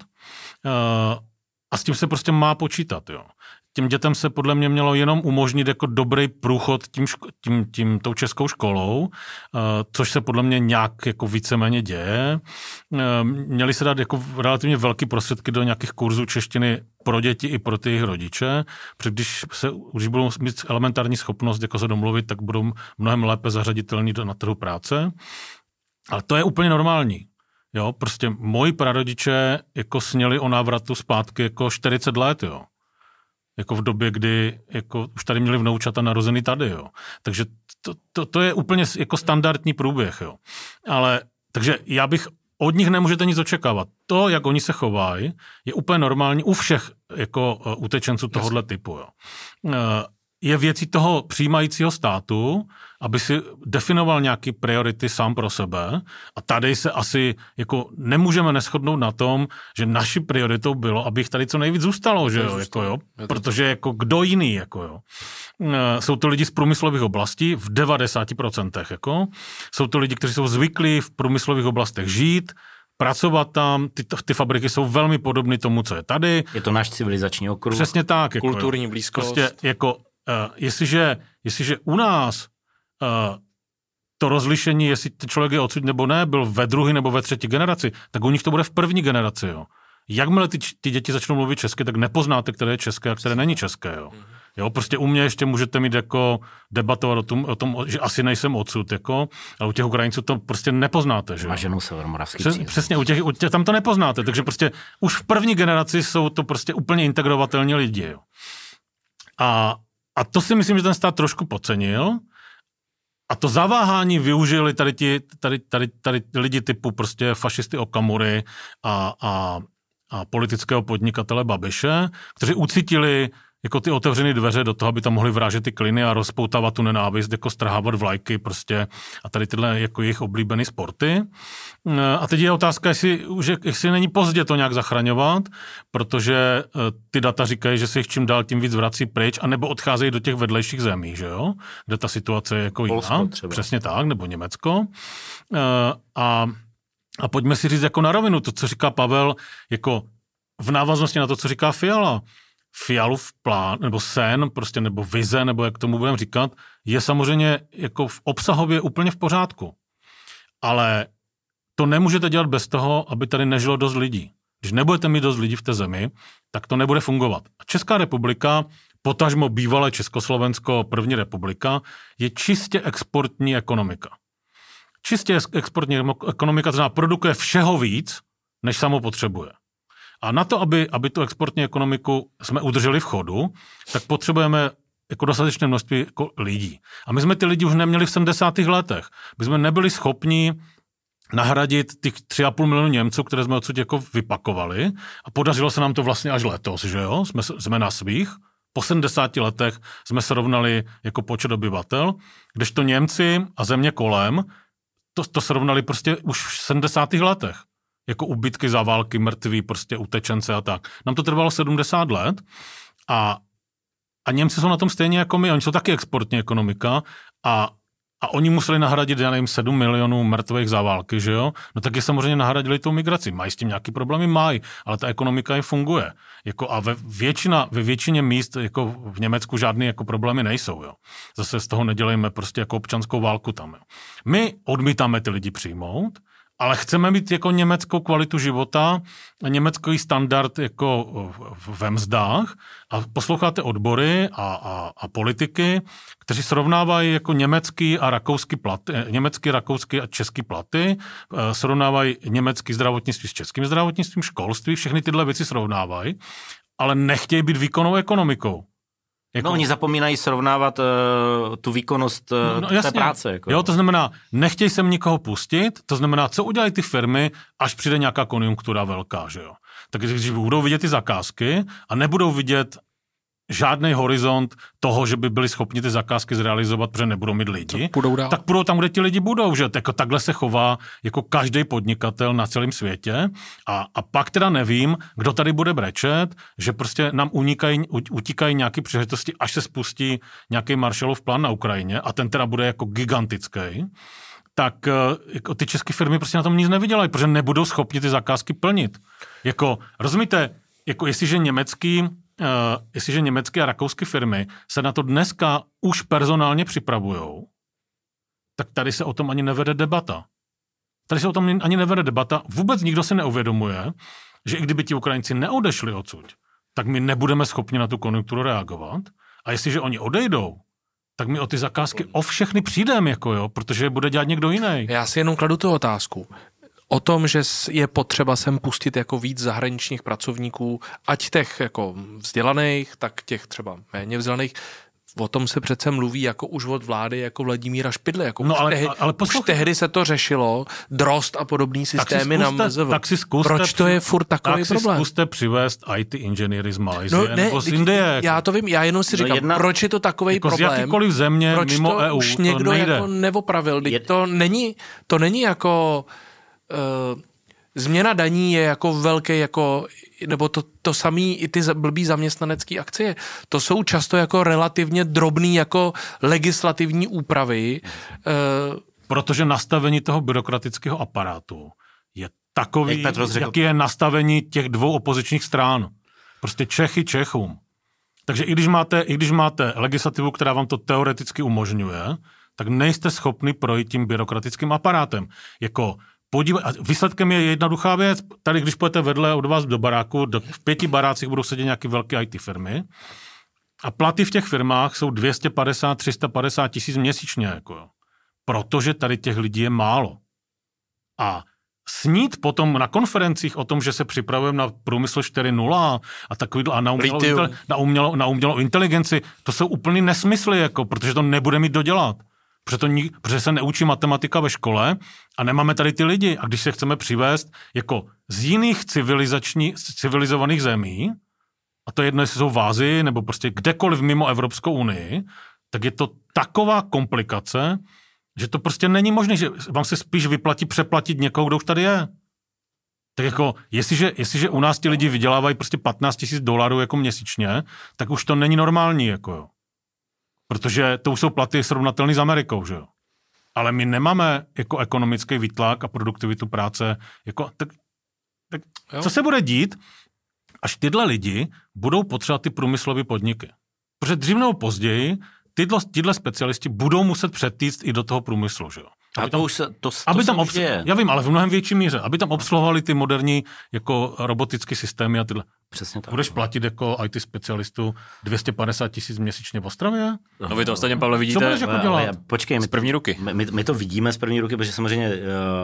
A s tím se prostě má počítat, jo. Těm dětem se podle mě mělo jenom umožnit jako dobrý průchod tou českou školou, což se podle mě nějak jako víceméně děje. Měli se dát jako relativně velké prostředky do nějakých kurzů češtiny pro děti i pro ty jejich rodiče, protože když budou mít elementární schopnost jako se domluvit, tak budou mnohem lépe zařaditelní na trhu práce. Ale to je úplně normální. Jo, prostě moji prarodiče jako sněli o návratu zpátky jako 40 let, jo. Jako v době, kdy jako už tady měli vnoučata narozený tady, jo. Takže to je úplně jako standardní průběh, jo. Ale, takže já bych od nich nemůžete nic očekávat. To, jak oni se chovají, je úplně normální u všech jako utečenců tohohle typu, jo. Je věcí toho přijímajícího státu, aby si definoval nějaké priority sám pro sebe a tady se asi jako nemůžeme neshodnout na tom, že naší prioritou bylo, aby jich tady co nejvíc zůstalo, že jo, jako jo, protože jako kdo jiný, jako jo. Jsou to lidi z průmyslových oblastí v 90%, jako. Jsou to lidi, kteří jsou zvyklí v průmyslových oblastech žít, pracovat tam, ty fabriky jsou velmi podobné tomu, co je tady. Je to náš civilizační okruh. Přesně tak. Jako, kulturní blízkost. Prostě jako jestliže u nás to rozlišení, jestli ten člověk je odsud nebo ne, byl ve druhé nebo ve třetí generaci, tak u nich to bude v první generaci. Jo. Jakmile ty děti začnou mluvit česky, tak nepoznáte, které je české a které není české. Jo. Jo, prostě u mě ještě můžete mít jako debatovat o tom, že asi nejsem odsud, jako, ale u těch Ukrajinců to prostě nepoznáte. Že? Má ženu severomoravský Přesně, u těch tam to nepoznáte, takže prostě už v první generaci jsou to prostě úplně integrovatelní lidi. Jo. A to si myslím, že ten stát trošku podcenil a to zaváhání využili tady lidi typu prostě fašisty Okamury a politického podnikatele Babiše, kteří ucítili jako ty otevřené dveře do toho, aby tam mohli vrážet ty kliny a rozpoutávat tu nenávist, jako strhávat vlajky prostě a tady tyhle jako jejich oblíbené sporty. A teď je otázka, jestli není pozdě to nějak zachraňovat, protože ty data říkají, že se jich čím dál tím víc vrací pryč, anebo odcházejí do těch vedlejších zemí, že jo? Kde ta situace je jako jiná. Přesně tak, nebo Německo. A pojďme si říct jako na rovinu, to, co říká Pavel, jako v návaznosti na to, co říká Fiala. Fialův plán, nebo sen, prostě, nebo vize, nebo jak tomu budeme říkat, je samozřejmě jako v obsahově úplně v pořádku. Ale to nemůžete dělat bez toho, aby tady nežilo dost lidí. Když nebudete mít dost lidí v té zemi, tak to nebude fungovat. A Česká republika, potažmo bývalé Československo, první republika, je čistě exportní ekonomika. Čistě exportní ekonomika, to znamená, produkuje všeho víc, než samo potřebuje. A na to, aby tu exportní ekonomiku jsme udrželi v chodu, tak potřebujeme jako dostatečné množství jako lidí. A my jsme ty lidi už neměli v 70. letech. My jsme nebyli schopni nahradit těch 3,5 milionu Němců, které jsme odsud jako vypakovali. A podařilo se nám to vlastně až letos, že jo? Jsme na svých. Po 70 letech jsme se rovnali jako počet obyvatel, kdežto Němci a země kolem to srovnali prostě už v 70. letech. Jako ubytky za války, mrtví, prostě utečence a tak. Nám to trvalo 70 let a Němci jsou na tom stejně jako my. Oni jsou taky exportní ekonomika a oni museli nahradit, já nevím, 7 milionů mrtvých za války, že jo? No tak je samozřejmě nahradili tou migraci. Mají s tím nějaký problémy? Mají, ale ta ekonomika je funguje. Jako a ve většině míst jako v Německu žádný jako problémy nejsou, jo? Zase z toho nedělejme prostě jako občanskou válku tam, jo? My odmítáme ty lidi přijmout, ale chceme mít jako německou kvalitu života, německý standard jako ve mzdách a posloucháte odbory a politiky, kteří srovnávají jako německý, rakouský a český platy, srovnávají německý zdravotnictví s českým zdravotnictvím, školství, všechny tyhle věci srovnávají, ale nechtějí být výkonnou ekonomikou. Jako... No, oni zapomínají srovnávat tu výkonnost té práce. Jako. Jo, to znamená, nechtějí sem nikoho pustit, to znamená, co udělají ty firmy, až přijde nějaká konjunktura velká, že jo. Tak když budou vidět ty zakázky a nebudou vidět žádný horizont toho, že by byli schopni ty zakázky zrealizovat, protože nebudou mít lidi, tak půjdou tam, kde ti lidi budou, že jako takhle se chová jako každý podnikatel na celém světě a pak teda nevím, kdo tady bude brečet, že prostě nám utíkají nějaké příležitosti, až se spustí nějaký Marshallův plán na Ukrajině a ten teda bude jako gigantický, tak jako ty české firmy prostě na tom nic nevydělají, protože nebudou schopni ty zakázky plnit. Jako, rozumíte, jako jestliže německé a rakouské firmy se na to dneska už personálně připravujou, tak tady se o tom ani nevede debata. Vůbec nikdo si neuvědomuje, že i kdyby ti Ukrajinci neodešli odsud, tak my nebudeme schopni na tu konjunkturu reagovat. A jestliže oni odejdou, tak my o ty zakázky o všechny přijdeme, jako jo, protože je bude dělat někdo jiný. Já si jenom kladu tu otázku. O tom, že je potřeba sem pustit jako víc zahraničních pracovníků, ať těch jako vzdělaných, tak těch třeba méně vzdělaných, o tom se přece mluví jako už od vlády jako Vladimíra Špidly. Jako no, už tehdy se to řešilo, Drozd a podobný systémy na MZV. Proč to je furt takový problém? Tak si zkuste přivést IT inženýry z Malajzie nebo z Indie. Já to vím, já jenom si říkám, proč je to takový jako problém? Z jakýkoliv země proč mimo to EU už to někdo nejde. jako neopravil? To není jako... změna daní je jako velký, jako, nebo to samý i ty blbý zaměstnanecký akcie. To jsou často jako relativně drobný jako legislativní úpravy. Protože nastavení toho byrokratického aparátu je takový, Jak jaký je nastavení těch dvou opozičních stran. Prostě Čechy Čechům. Takže i když máte legislativu, která vám to teoreticky umožňuje, tak nejste schopni projít tím byrokratickým aparátem. Jako výsledkem je jednoduchá věc. Tady, když půjdete vedle od vás do baráku, v 5 barácích budou sedět nějaké velké IT firmy a platy v těch firmách jsou 250-350 tisíc měsíčně. Jako. Protože tady těch lidí je málo. A snít potom na konferencích o tom, že se připravujeme na průmysl 4.0 a takový a na umělou inteligenci, to jsou úplný nesmysly, jako, protože to nebude mít dodělat. Protože se neučí matematika ve škole a nemáme tady ty lidi. A když se chceme přivést jako z jiných civilizovaných zemí, a to jedno, jestli jsou v Ázii nebo prostě kdekoliv mimo Evropskou unii, tak je to taková komplikace, že to prostě není možné, že vám se spíš vyplatí přeplatit někoho, kdo už tady je. Tak jako, jestliže u nás ti lidi vydělávají prostě $15,000 jako měsíčně, tak už to není normální, jako jo. Protože to už jsou platy srovnatelné s Amerikou, že jo. Ale my nemáme jako ekonomický výtlak a produktivitu práce. Jako, tak co se bude dít, až tyhle lidi budou potřebovat ty průmyslové podniky? Protože dřív nebo později tyhle specialisti budou muset přetýct i do toho průmyslu, že jo. Já vím, ale v mnohem větší míře, aby tam obsluhovali ty moderní jako robotické systémy a tyhle. Přesně tak. Budeš platit jako IT specialistu 250 tisíc měsíčně v Ostravě? No vy to ostatně, Pavle, vidíte. Co budeš jako dělat? Počkej, z první ruky. My to vidíme z první ruky, protože samozřejmě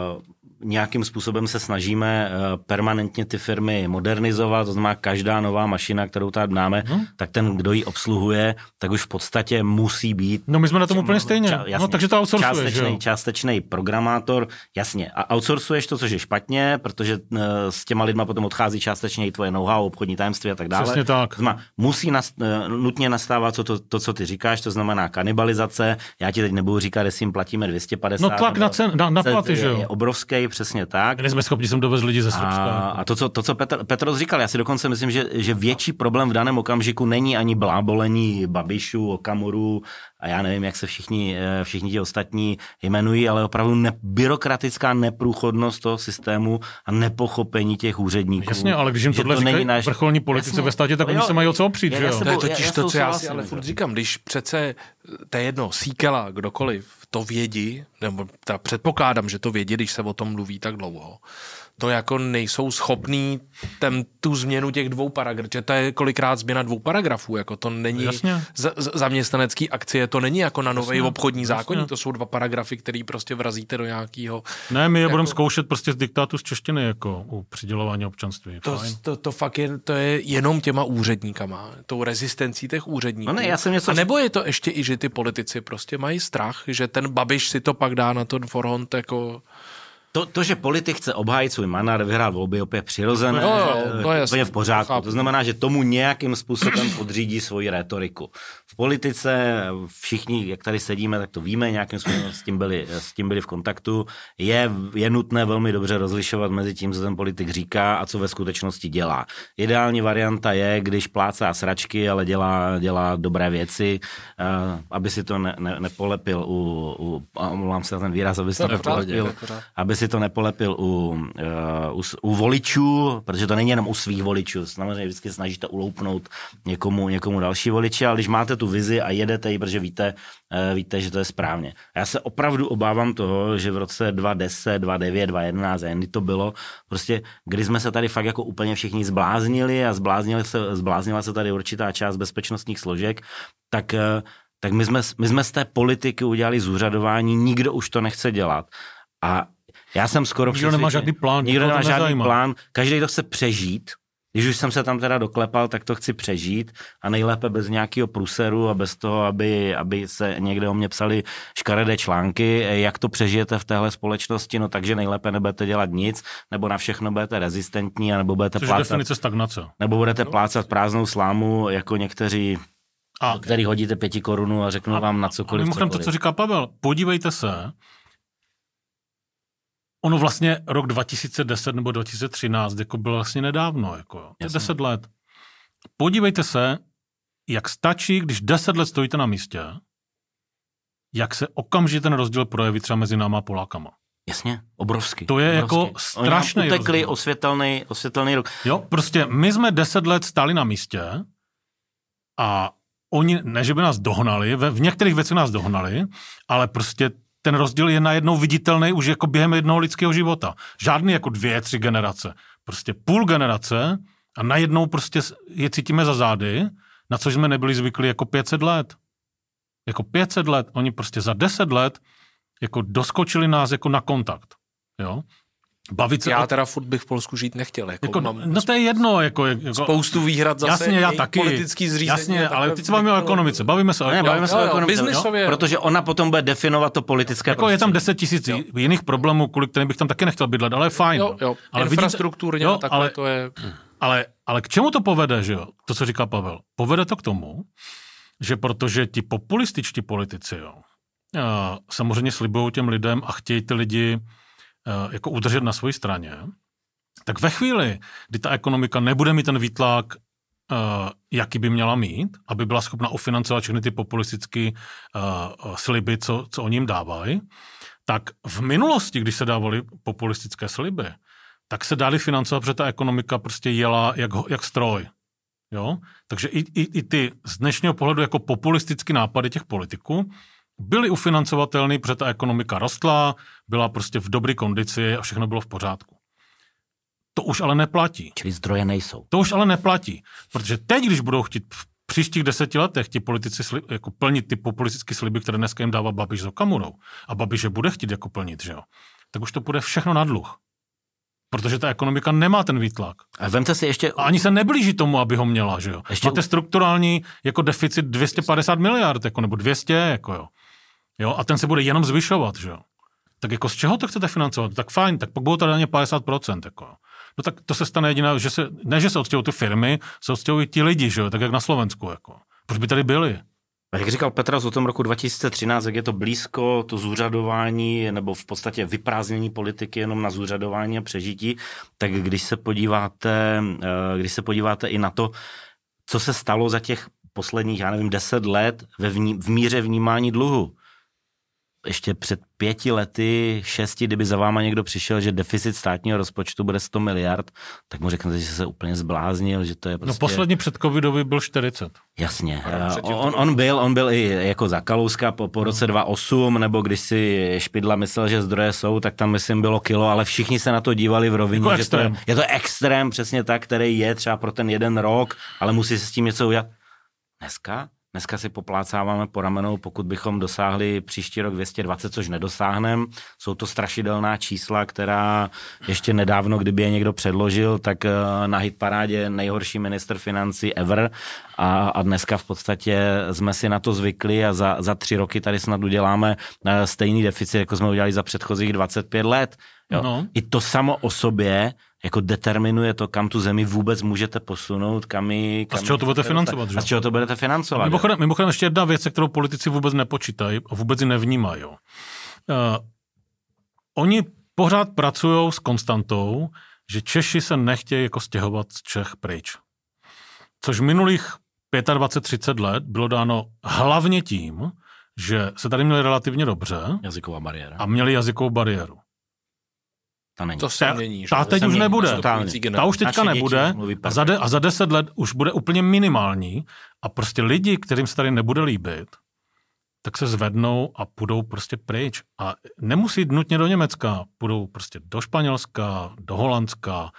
nějakým způsobem se snažíme permanentně ty firmy modernizovat, to znamená každá nová mašina, kterou tady máme, tak ten, kdo ji obsluhuje, tak už v podstatě musí být. No my jsme na tom úplně stejně. Jasně, no takže to outsourcuješ, částečný programátor, jasně. A outsourcuješ to, což je špatně, protože s těma lidma potom odchází částečně i tvoje know-how, obchodní tajemství a tak dále. Přesně tak. Znamená, musí nutně nastávat to, co ty říkáš, to znamená kanibalizace. Já ti teď nebudu říkat, jestli jim platíme 250. No tlak na platy, že jo. Je obrovský, přesně tak. My nejsme schopni sem dovést lidi ze Srbska. A to, co Petros říkal, já si dokonce myslím, že větší problém v daném okamžiku není ani blábolení Babišů, Okamuru a já nevím, jak se všichni ti ostatní jmenují, ale opravdu byrokratická neprůchodnost toho systému a nepochopení těch úředníků. Jasně, ale když jim tohle říkají vrcholní politici ve státě, tak oni se mají o co opřít, že jo? To je totiž to, co já si ale furt říkám, když přece to je jedno, Síkela, kdokoliv to vědí, nebo předpokládám, že to vědí, když se o tom mluví tak dlouho, to jako nejsou schopní tu změnu těch 2 paragrafů, že to je kolikrát změna 2 paragrafů, jako to není zaměstnanecký akcie, to není jako na nový obchodní zákoník, to jsou 2 paragrafy, který prostě vrazíte do nějakého. Ne, my je budeme zkoušet prostě z diktátu z češtiny, jako u přidělování občanství. To fakt to je jenom těma úředníkama, tou rezistencí těch úředníků. No ne, a nebo je to ještě i, že ty politici prostě mají strach, že ten Babiš si to pak dá na ten forhont jako... To, že politik chce obhájit svůj mandát, vyhrát volby, opět přirozené, to je v pořádku. To znamená, že tomu nějakým způsobem podřídí svoji rétoriku. V politice všichni, jak tady sedíme, tak to víme, nějakým způsobem s tím byli v kontaktu. Je nutné velmi dobře rozlišovat mezi tím, co ten politik říká a co ve skutečnosti dělá. Ideální varianta je, když plácá sračky, ale dělá dobré věci, aby si to nepolepil omlouvám se na ten výraz, aby si to nepolepil u voličů, protože to není jenom u svých voličů. Samozřejmě vždycky snažíte uloupnout někomu další voliči, ale když máte tu vizi a jedete ji, protože víte, že to je správně. A já se opravdu obávám toho, že v roce 2010, 2009, 2011, kdy to bylo, prostě, kdy jsme se tady fakt jako úplně všichni zbláznili a zbláznila se tady určitá část bezpečnostních složek, tak tak my jsme z té politiky udělali zúřadování, nikdo už to nechce dělat. A já jsem skoro Nikdo nemá žádný plán. Nikdo nemá žádný plán, každý to chce přežít. Když už jsem se tam teda doklepal, tak to chci přežít a nejlépe bez nějakého průseru a bez toho, aby se někde o mě psali škaredé články, jak to přežijete v téhle společnosti, no takže nejlépe nebudete dělat nic, nebo na všechno budete rezistentní, a nebo budete plácat. Definice stagnace. Nebo budete plácat prázdnou slámu, jako někteří, který hodíte 5 korun a řeknu vám na cokoliv. Mimochodem to, co říká Pavel, podívejte se, ono vlastně rok 2010 nebo 2013 jako bylo vlastně nedávno, jako 10 let. Podívejte se, jak stačí, když 10 let stojíte na místě, jak se okamžitě ten rozdíl projeví třeba mezi náma a Polákama. Jasně, obrovský. To je jako strašný rozdíl. Utekli osvětelný rok. Jo, prostě my jsme 10 let stáli na místě a oni, ne že by nás dohnali, v některých věcech nás dohnali, ale prostě ten rozdíl je najednou viditelný už jako během jednoho lidského života. Žádný jako 2-3 generace. Prostě půl generace a najednou prostě je cítíme za zády, na což jsme nebyli zvyklí jako 500 let. Jako 500 let. Oni prostě za 10 let jako doskočili nás jako na kontakt. Jo? Bavit se já teda furt bych v Polsku žít nechtěl. Jako no to je jedno. Jako spoustu výhrad zase. Jasně, já taky. Politický zřízení. Jasně, ale teď se bavíme o ekonomice. Bavíme se o ekonomice. Protože ona potom bude definovat to politické prostředí. Je tam 10 000 jiných problémů, kvůli kterým bych tam taky nechtěl bydlet, ale fajn. Jo. Ale infrastrukturně a takhle to je... Ale k čemu to povede, že jo? To, co říká Pavel. Povede to k tomu, že protože ti populističtí politici, jo, samozřejmě slibují těm lidem a chtějí ty lidi jako udržet na své straně, tak ve chvíli, kdy ta ekonomika nebude mít ten výtlak, jaký by měla mít, aby byla schopna ufinancovat všechny ty populistické sliby, co oni jim dávají, tak v minulosti, když se dávaly populistické sliby, tak se dali financovat, protože ta ekonomika prostě jela jak stroj. Jo? Takže i ty z dnešního pohledu jako populistické nápady těch politiků byly ufinancovatelné, protože ta ekonomika rostla, byla prostě v dobré kondici a všechno bylo v pořádku. To už ale neplatí. Čili zdroje nejsou. To už ale neplatí, protože teď, když budou chtít v příštích 10 letech ti politici jako plnit ty populistické sliby, které dneska jim dává Babiš s Okamurou, a Babiš je bude chtít jako plnit, že jo, tak už to bude všechno na dluh. Protože ta ekonomika nemá ten výtlak. A vemte si ještě... A ani se neblíží tomu, aby ho měla, že jo. Máte strukturální jako deficit 250 miliard, jako, nebo 200, jako jo. Jo, a ten se bude jenom zvyšovat, že jo. Tak jako z čeho to chcete financovat? Tak fajn, tak pokud budou tady daně 50%, jako. No tak to se stane jediná, že se odstěhují ty firmy, se odstěhují ti lidi, že jo, tak jak na Slovensku, jako. Proč by tady byli? A jak říkal Petras o tom roku 2013, jak je to blízko, to zúřadování, nebo v podstatě vyprázdnění politiky jenom na zúřadování a přežití, tak když se podíváte i na to, co se stalo za těch posledních, 10 let v míře vnímání dluhu. Ještě před 5 lety, 6, kdyby za váma někdo přišel, že deficit státního rozpočtu bude 100 miliard, tak mu řeknete, že se úplně zbláznil, že to je prostě... No poslední před covidový byl 40. Jasně. On byl i jako za Kalouska po roce 2008, nebo když si Špidla myslel, že zdroje jsou, tak tam myslím bylo kilo, ale všichni se na to dívali v rovině, jako že je to extrém, přesně tak, který je třeba pro ten jeden rok, ale musí se s tím něco udělat. Dneska si poplácáváme po ramenou, pokud bychom dosáhli příští rok 220, což nedosáhneme. Jsou to strašidelná čísla, která ještě nedávno, kdyby je někdo předložil, tak na hitparádě nejhorší ministr financí ever. A dneska v podstatě jsme si na to zvykli a za 3 roky tady snad uděláme stejný deficit, jako jsme udělali za předchozích 25 let. Jo. No. I to samo o sobě jako determinuje to, kam tu zemi vůbec můžete posunout, kam a z čeho to budete financovat? A z čeho to budete financovat? Mimochodem ještě jedna věc, kterou politici vůbec nepočítají a vůbec ji nevnímají. Oni pořád pracují s konstantou, že Češi se nechtějí jako stěhovat z Čech pryč. Což minulých 25-30 let bylo dáno hlavně tím, že se tady měli relativně dobře. Jazyková bariéra. A měli jazykovou bariéru. To se mění. Ta teď už nebude. Ta už teďka nebude a za 10 let už bude úplně minimální a prostě lidi, kterým se tady nebude líbit, tak se zvednou a půjdou prostě pryč. A nemusí jít nutně do Německa, půjdou prostě do Španělska, do Holandska,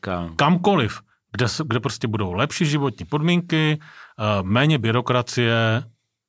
kamkoliv, kde prostě budou lepší životní podmínky, méně byrokracie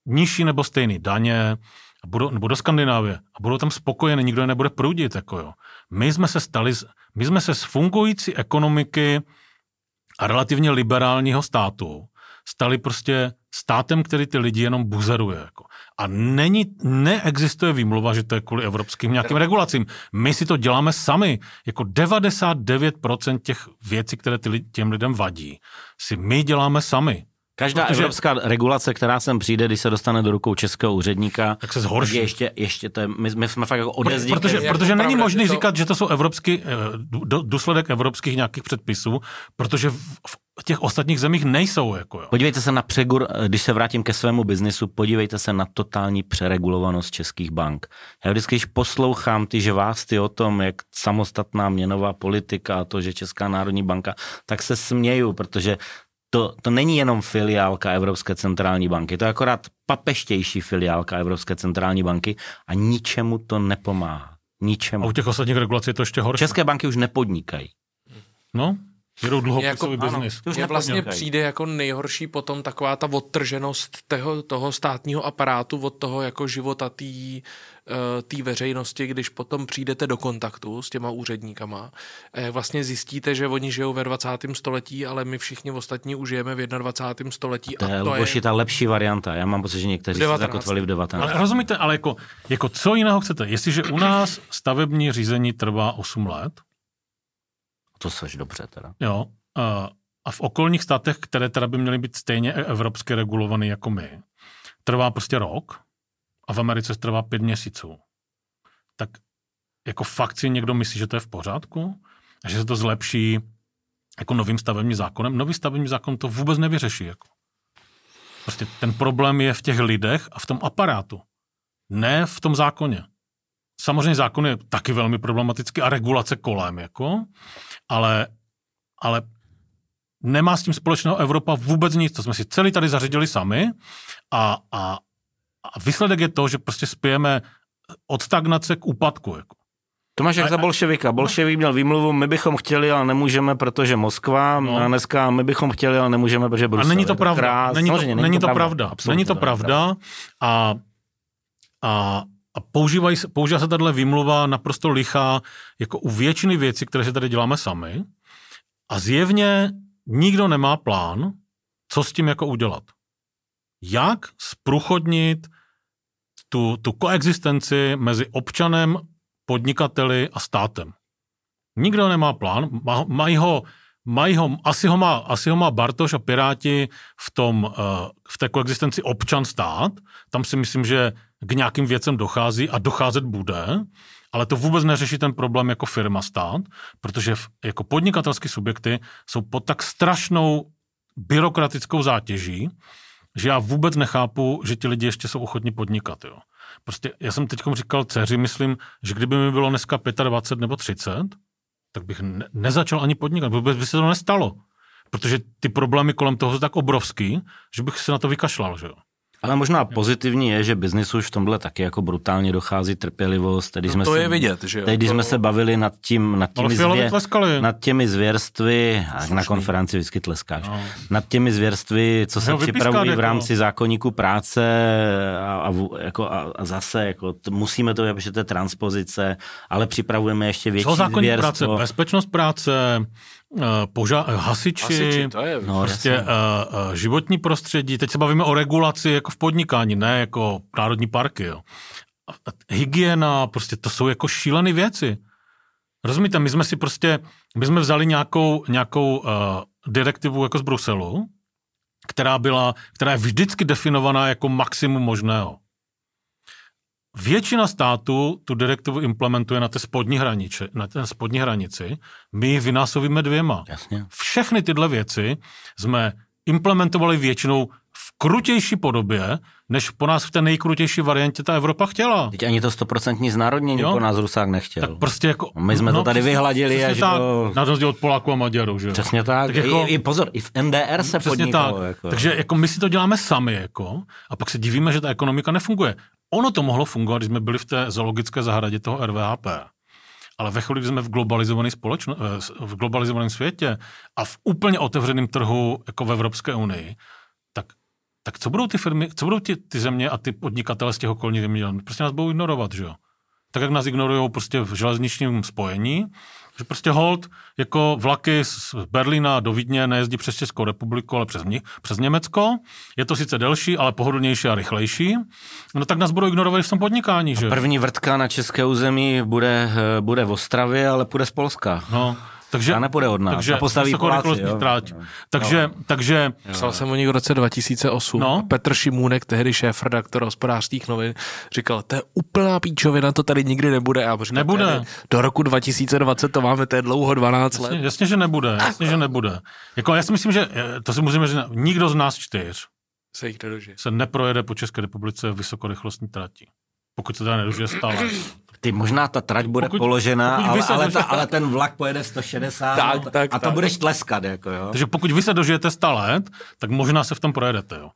nižší nebo stejný daně, nebo do Skandinávie a budou tam spokojeni, nikdo je nebude prudit. Jako jo. My jsme se z fungující ekonomiky a relativně liberálního státu stali prostě státem, který ty lidi jenom buzeruje. Jako. A neexistuje výmluva, že to je kvůli evropským nějakým regulacím. My si to děláme sami. Jako 99% těch věcí, které těm lidem vadí, si my děláme sami. Každá evropská regulace, která sem přijde, když se dostane do rukou českého úředníka, tak se zhorší. Ještě to je, my jsme fakt jako odezdí. Protože není možné říkat, že to jsou důsledek evropských nějakých předpisů, protože v těch ostatních zemích nejsou. Jako jo. Podívejte se na když se vrátím ke svému biznisu, podívejte se na totální přeregulovanost českých bank. Já vždycky, když poslouchám ty žvásty o tom, jak samostatná měnová politika a to, že Česká národní banka, tak se směju, protože to není jenom filiálka Evropské centrální banky, to je akorát papeštější filiálka Evropské centrální banky a ničemu to nepomáhá. Ničemu. A u těch ostatních regulací je to ještě horší. České banky už nepodnikají. No, jedou dlouhopisový biznis. Mně vlastně přijde jako nejhorší potom taková ta odtrženost toho státního aparátu od toho jako života té veřejnosti, když potom přijdete do kontaktu s těma úředníkama. Vlastně zjistíte, že oni žijou ve 20. století, ale my všichni ostatní už žijeme v 21. století. To je ta lepší varianta. Já mám pocit, že někteří se zakotvali v 19. Ale rozumíte, ale jako co jiného chcete? Jestliže u nás stavební řízení trvá 8 let, to seš dobře teda. Jo. A v okolních státech, které teda by měly být stejně evropsky regulované jako my, trvá prostě rok a v Americe trvá 5 měsíců. Tak jako fakt si někdo myslí, že to je v pořádku? A že se to zlepší jako novým stavebním zákonem? Nový stavební zákon to vůbec nevyřeší. Jako. Prostě ten problém je v těch lidech a v tom aparátu. Ne v tom zákoně. Samozřejmě zákon je taky velmi problematický a regulace kolem, jako, ale nemá s tím společného Evropa vůbec nic. To jsme si celý tady zařídili sami a výsledek je to, že prostě spějeme od stagnace k úpadku. Jako. To máš jak za bolševika. Bolševik měl výmluvu, my bychom chtěli, ale nemůžeme, protože Moskva, a dneska my bychom chtěli, ale nemůžeme, protože Brusel. A není to pravda. Není to pravda. Není to pravda. A používá se tato výmluva naprosto lichá jako u většiny věcí, které si tady děláme sami a zjevně nikdo nemá plán, co s tím jako udělat. Jak zprůchodnit tu koexistenci mezi občanem, podnikateli a státem. Nikdo nemá plán, asi ho má Bartoš a Piráti v té koexistenci občan-stát, tam si myslím, že k nějakým věcem dochází a docházet bude, ale to vůbec neřeší ten problém jako firma-stát, protože jako podnikatelské subjekty jsou pod tak strašnou byrokratickou zátěží, že já vůbec nechápu, že ti lidi ještě jsou ochotní podnikat. Jo. Prostě já jsem teď říkal dceři, myslím, že kdyby mi bylo dneska 25 nebo 30, tak bych nezačal ani podnikat, vůbec by se to nestalo. Protože ty problémy kolem toho jsou tak obrovský, že bych se na to vykašlal, že jo. Ale možná pozitivní je, že biznisu už v tomhle taky jako brutálně dochází trpělivost. Teď je vidět, že jo. Teď, když jsme se bavili nad těmi zvěrstvy, na konferenci vždycky tleskáš, nad těmi zvěrstvy, co se připravují v rámci zákoníku práce a zase jako musíme to, protože to je transpozice, ale připravujeme ještě větší zvěrstvo. Co zákoník práce? Bezpečnost práce, hasiči, prostě životní prostředí. Teď se bavíme o regulaci jako v podnikání, ne jako národní parky. Jo. Hygiena, prostě to jsou jako šílené věci. Rozumíte, my jsme vzali nějakou direktivu jako z Bruselu, která je vždycky definovaná jako maximum možného. Většina států tu direktivu implementuje na té spodní hranici, my ji vynásobíme 2. Jasně. Všechny tyhle věci jsme implementovali většinou v krutější podobě, než po nás v té nejkrutější variantě ta Evropa chtěla. Teď ani to 100% znárodnění po nás Rusák nechtěl. Tak prostě jako, my jsme to tady vyhladili až tak, do... Na rozdíl od Poláků a Maďarů, že jo? Přesně tak. Tak jako, I pozor, i v NDR se podnikalo. Jako. Takže jako my si to děláme sami, jako, a pak se divíme, že ta ekonomika nefunguje. Ono to mohlo fungovat, když jsme byli v té zoologické zahradě toho RVHP. Ale ve chvíli, kdy jsme v globalizovaném světě a v úplně otevřeném trhu jako v Evropské unii, tak tak co budou ty firmy, co budou ty země a ty podnikatele z těch okolních zemí dělat? Prostě nás budou ignorovat, že jo? Tak jak nás ignorujou prostě v železničním spojení, že prostě hold jako vlaky z Berlína do Vídně nejezdí přes Českou republiku, ale přes Německo. Je to sice delší, ale pohodlnější a rychlejší. No tak nás budou ignorovat v tom podnikání, že? První vrtka na české území bude v Ostravě, ale půjde z Polska. No. Takže, a nepůjde od nás. Takže, a postaví Poláci, takže psal jsem o nich v roce 2008 a Petr Šimůnek, tehdy šéfredaktor Hospodářských novin, říkal, to je úplná píčovina, to tady nikdy nebude. A říkal, nebude. Do roku 2020 to máme, to je dlouho 12 let. Jasně, že nebude. Jako já si myslím, že to si musíme říct, nikdo z nás 4 se neprojede po České republice vysokorychlostní trati. Pokud se teda nedožije stále. Ty možná ta trať bude položena, ale ten vlak pojede 160 a to budeš tleskat. Jako, jo. Takže pokud vy se dožijete 100 let, tak možná se v tom projedete. Jo.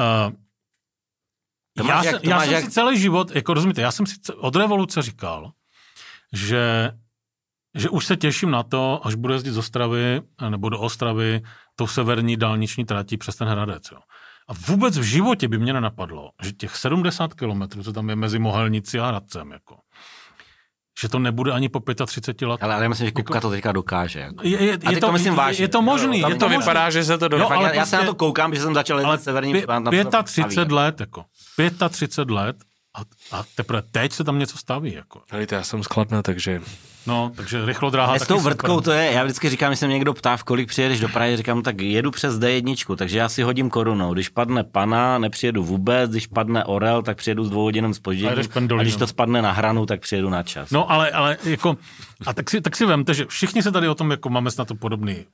Já jsem si celý život, jako rozumíte, já jsem si od revoluce říkal, že už se těším na to, až budu jezdit z Ostravy nebo do Ostravy tou severní dálniční tratí přes ten Hradec. Jo. A vůbec v životě by mě nenapadlo, že těch 70 kilometrů, co tam je mezi Mohelnicí a Hradcem, jako, že to nebude ani po 35 letech. Ale já myslím, že Kupka to teďka dokáže. Jako. Je to, myslím vážně. Je to možný. Tam to vypadá, že se to dokáže. Ale já se na to koukám, že jsem začal jezdit severním. 35 let, jako. 35 let a teprve teď se tam něco staví. Jako. Hejte, já jsem z Kladna, takže... No, takže rychlodráha. S tou vrtkou to je, já vždycky říkám, že se mě někdo ptá, v kolik přijedeš do Prahy, říkám, tak jedu přes D1, takže já si hodím korunou. Když padne Pana, nepřijedu vůbec, když padne Orel, tak přijedu s 2hodinovým zpožděním. A když to spadne na Hranu, tak přijedu na čas. No, ale jako, a tak si vemte, že všichni se tady o tom, jako máme na to podobný.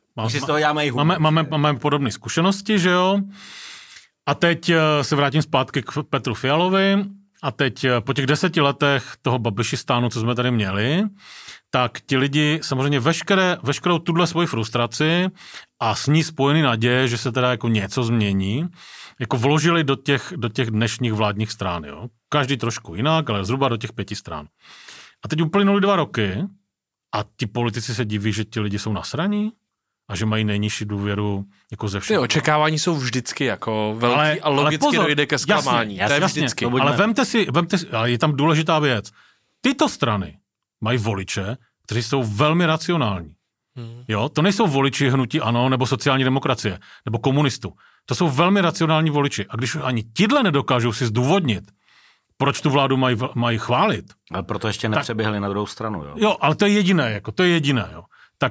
Máme podobné zkušenosti, že jo? A teď se vrátím zpátky k Petru Fialovi. A teď po těch 10 letech toho Babišistánu, co jsme tady měli, tak ti lidi samozřejmě veškerou tuhle svoji frustraci a s ní spojený naděje, že se teda jako něco změní, jako vložili do těch dnešních vládních stran. Jo? Každý trošku jinak, ale zhruba do těch 5 stran. A teď uplynuly 2 roky a ti politici se diví, že ti lidi jsou nasraní a že mají nejnižší důvěru jako ze všech. Ty očekávání jsou vždycky jako velký a logicky dojde ke zklamání. Jasně, ale vemte si, ale je tam důležitá věc. Tyto strany mají voliče, kteří jsou velmi racionální. Jo, to nejsou voliči hnutí ANO nebo sociální demokracie, nebo komunistů. To jsou velmi racionální voliči. A když ani tidle nedokážou si zdůvodnit, proč tu vládu mají chválit. Ale proto ještě nepřeběhli na druhou stranu. Jo, ale to je jediné. Jo.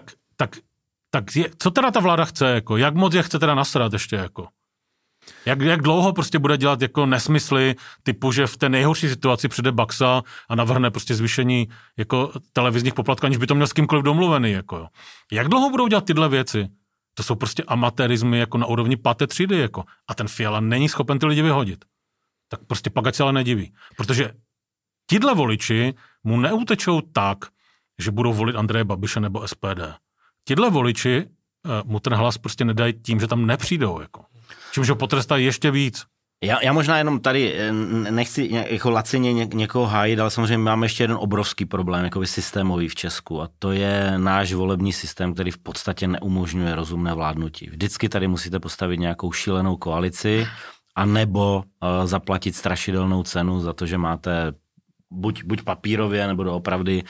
Tak co teda ta vláda chce, jako? Jak moc je chce teda nasrat ještě, jako? Jak dlouho prostě bude dělat jako nesmysly, typu, že v té nejhorší situaci přijde Baxa a navrhne prostě zvýšení jako televizních poplatků, aniž by to měl s kýmkoliv domluvený, jako jo. Jak dlouho budou dělat tyhle věci? To jsou prostě amatérismy jako na úrovni 5. třídy, jako. A ten Fiala není schopen ty lidi vyhodit. Tak prostě pak se ale nediví. Protože tyhle voliči mu neutečou tak, že budou volit Andreje Babiše nebo SPD. Tyhle voliči mu ten hlas prostě nedají tím, že tam nepřijdou, jako. Čímž ho potrestají ještě víc. Já možná jenom tady nechci jako lacině někoho hájit, ale samozřejmě máme ještě jeden obrovský problém, jako systémový v Česku, a to je náš volební systém, který v podstatě neumožňuje rozumné vládnutí. Vždycky tady musíte postavit nějakou šílenou koalici, anebo zaplatit strašidelnou cenu za to, že máte buď papírově, nebo doopravdy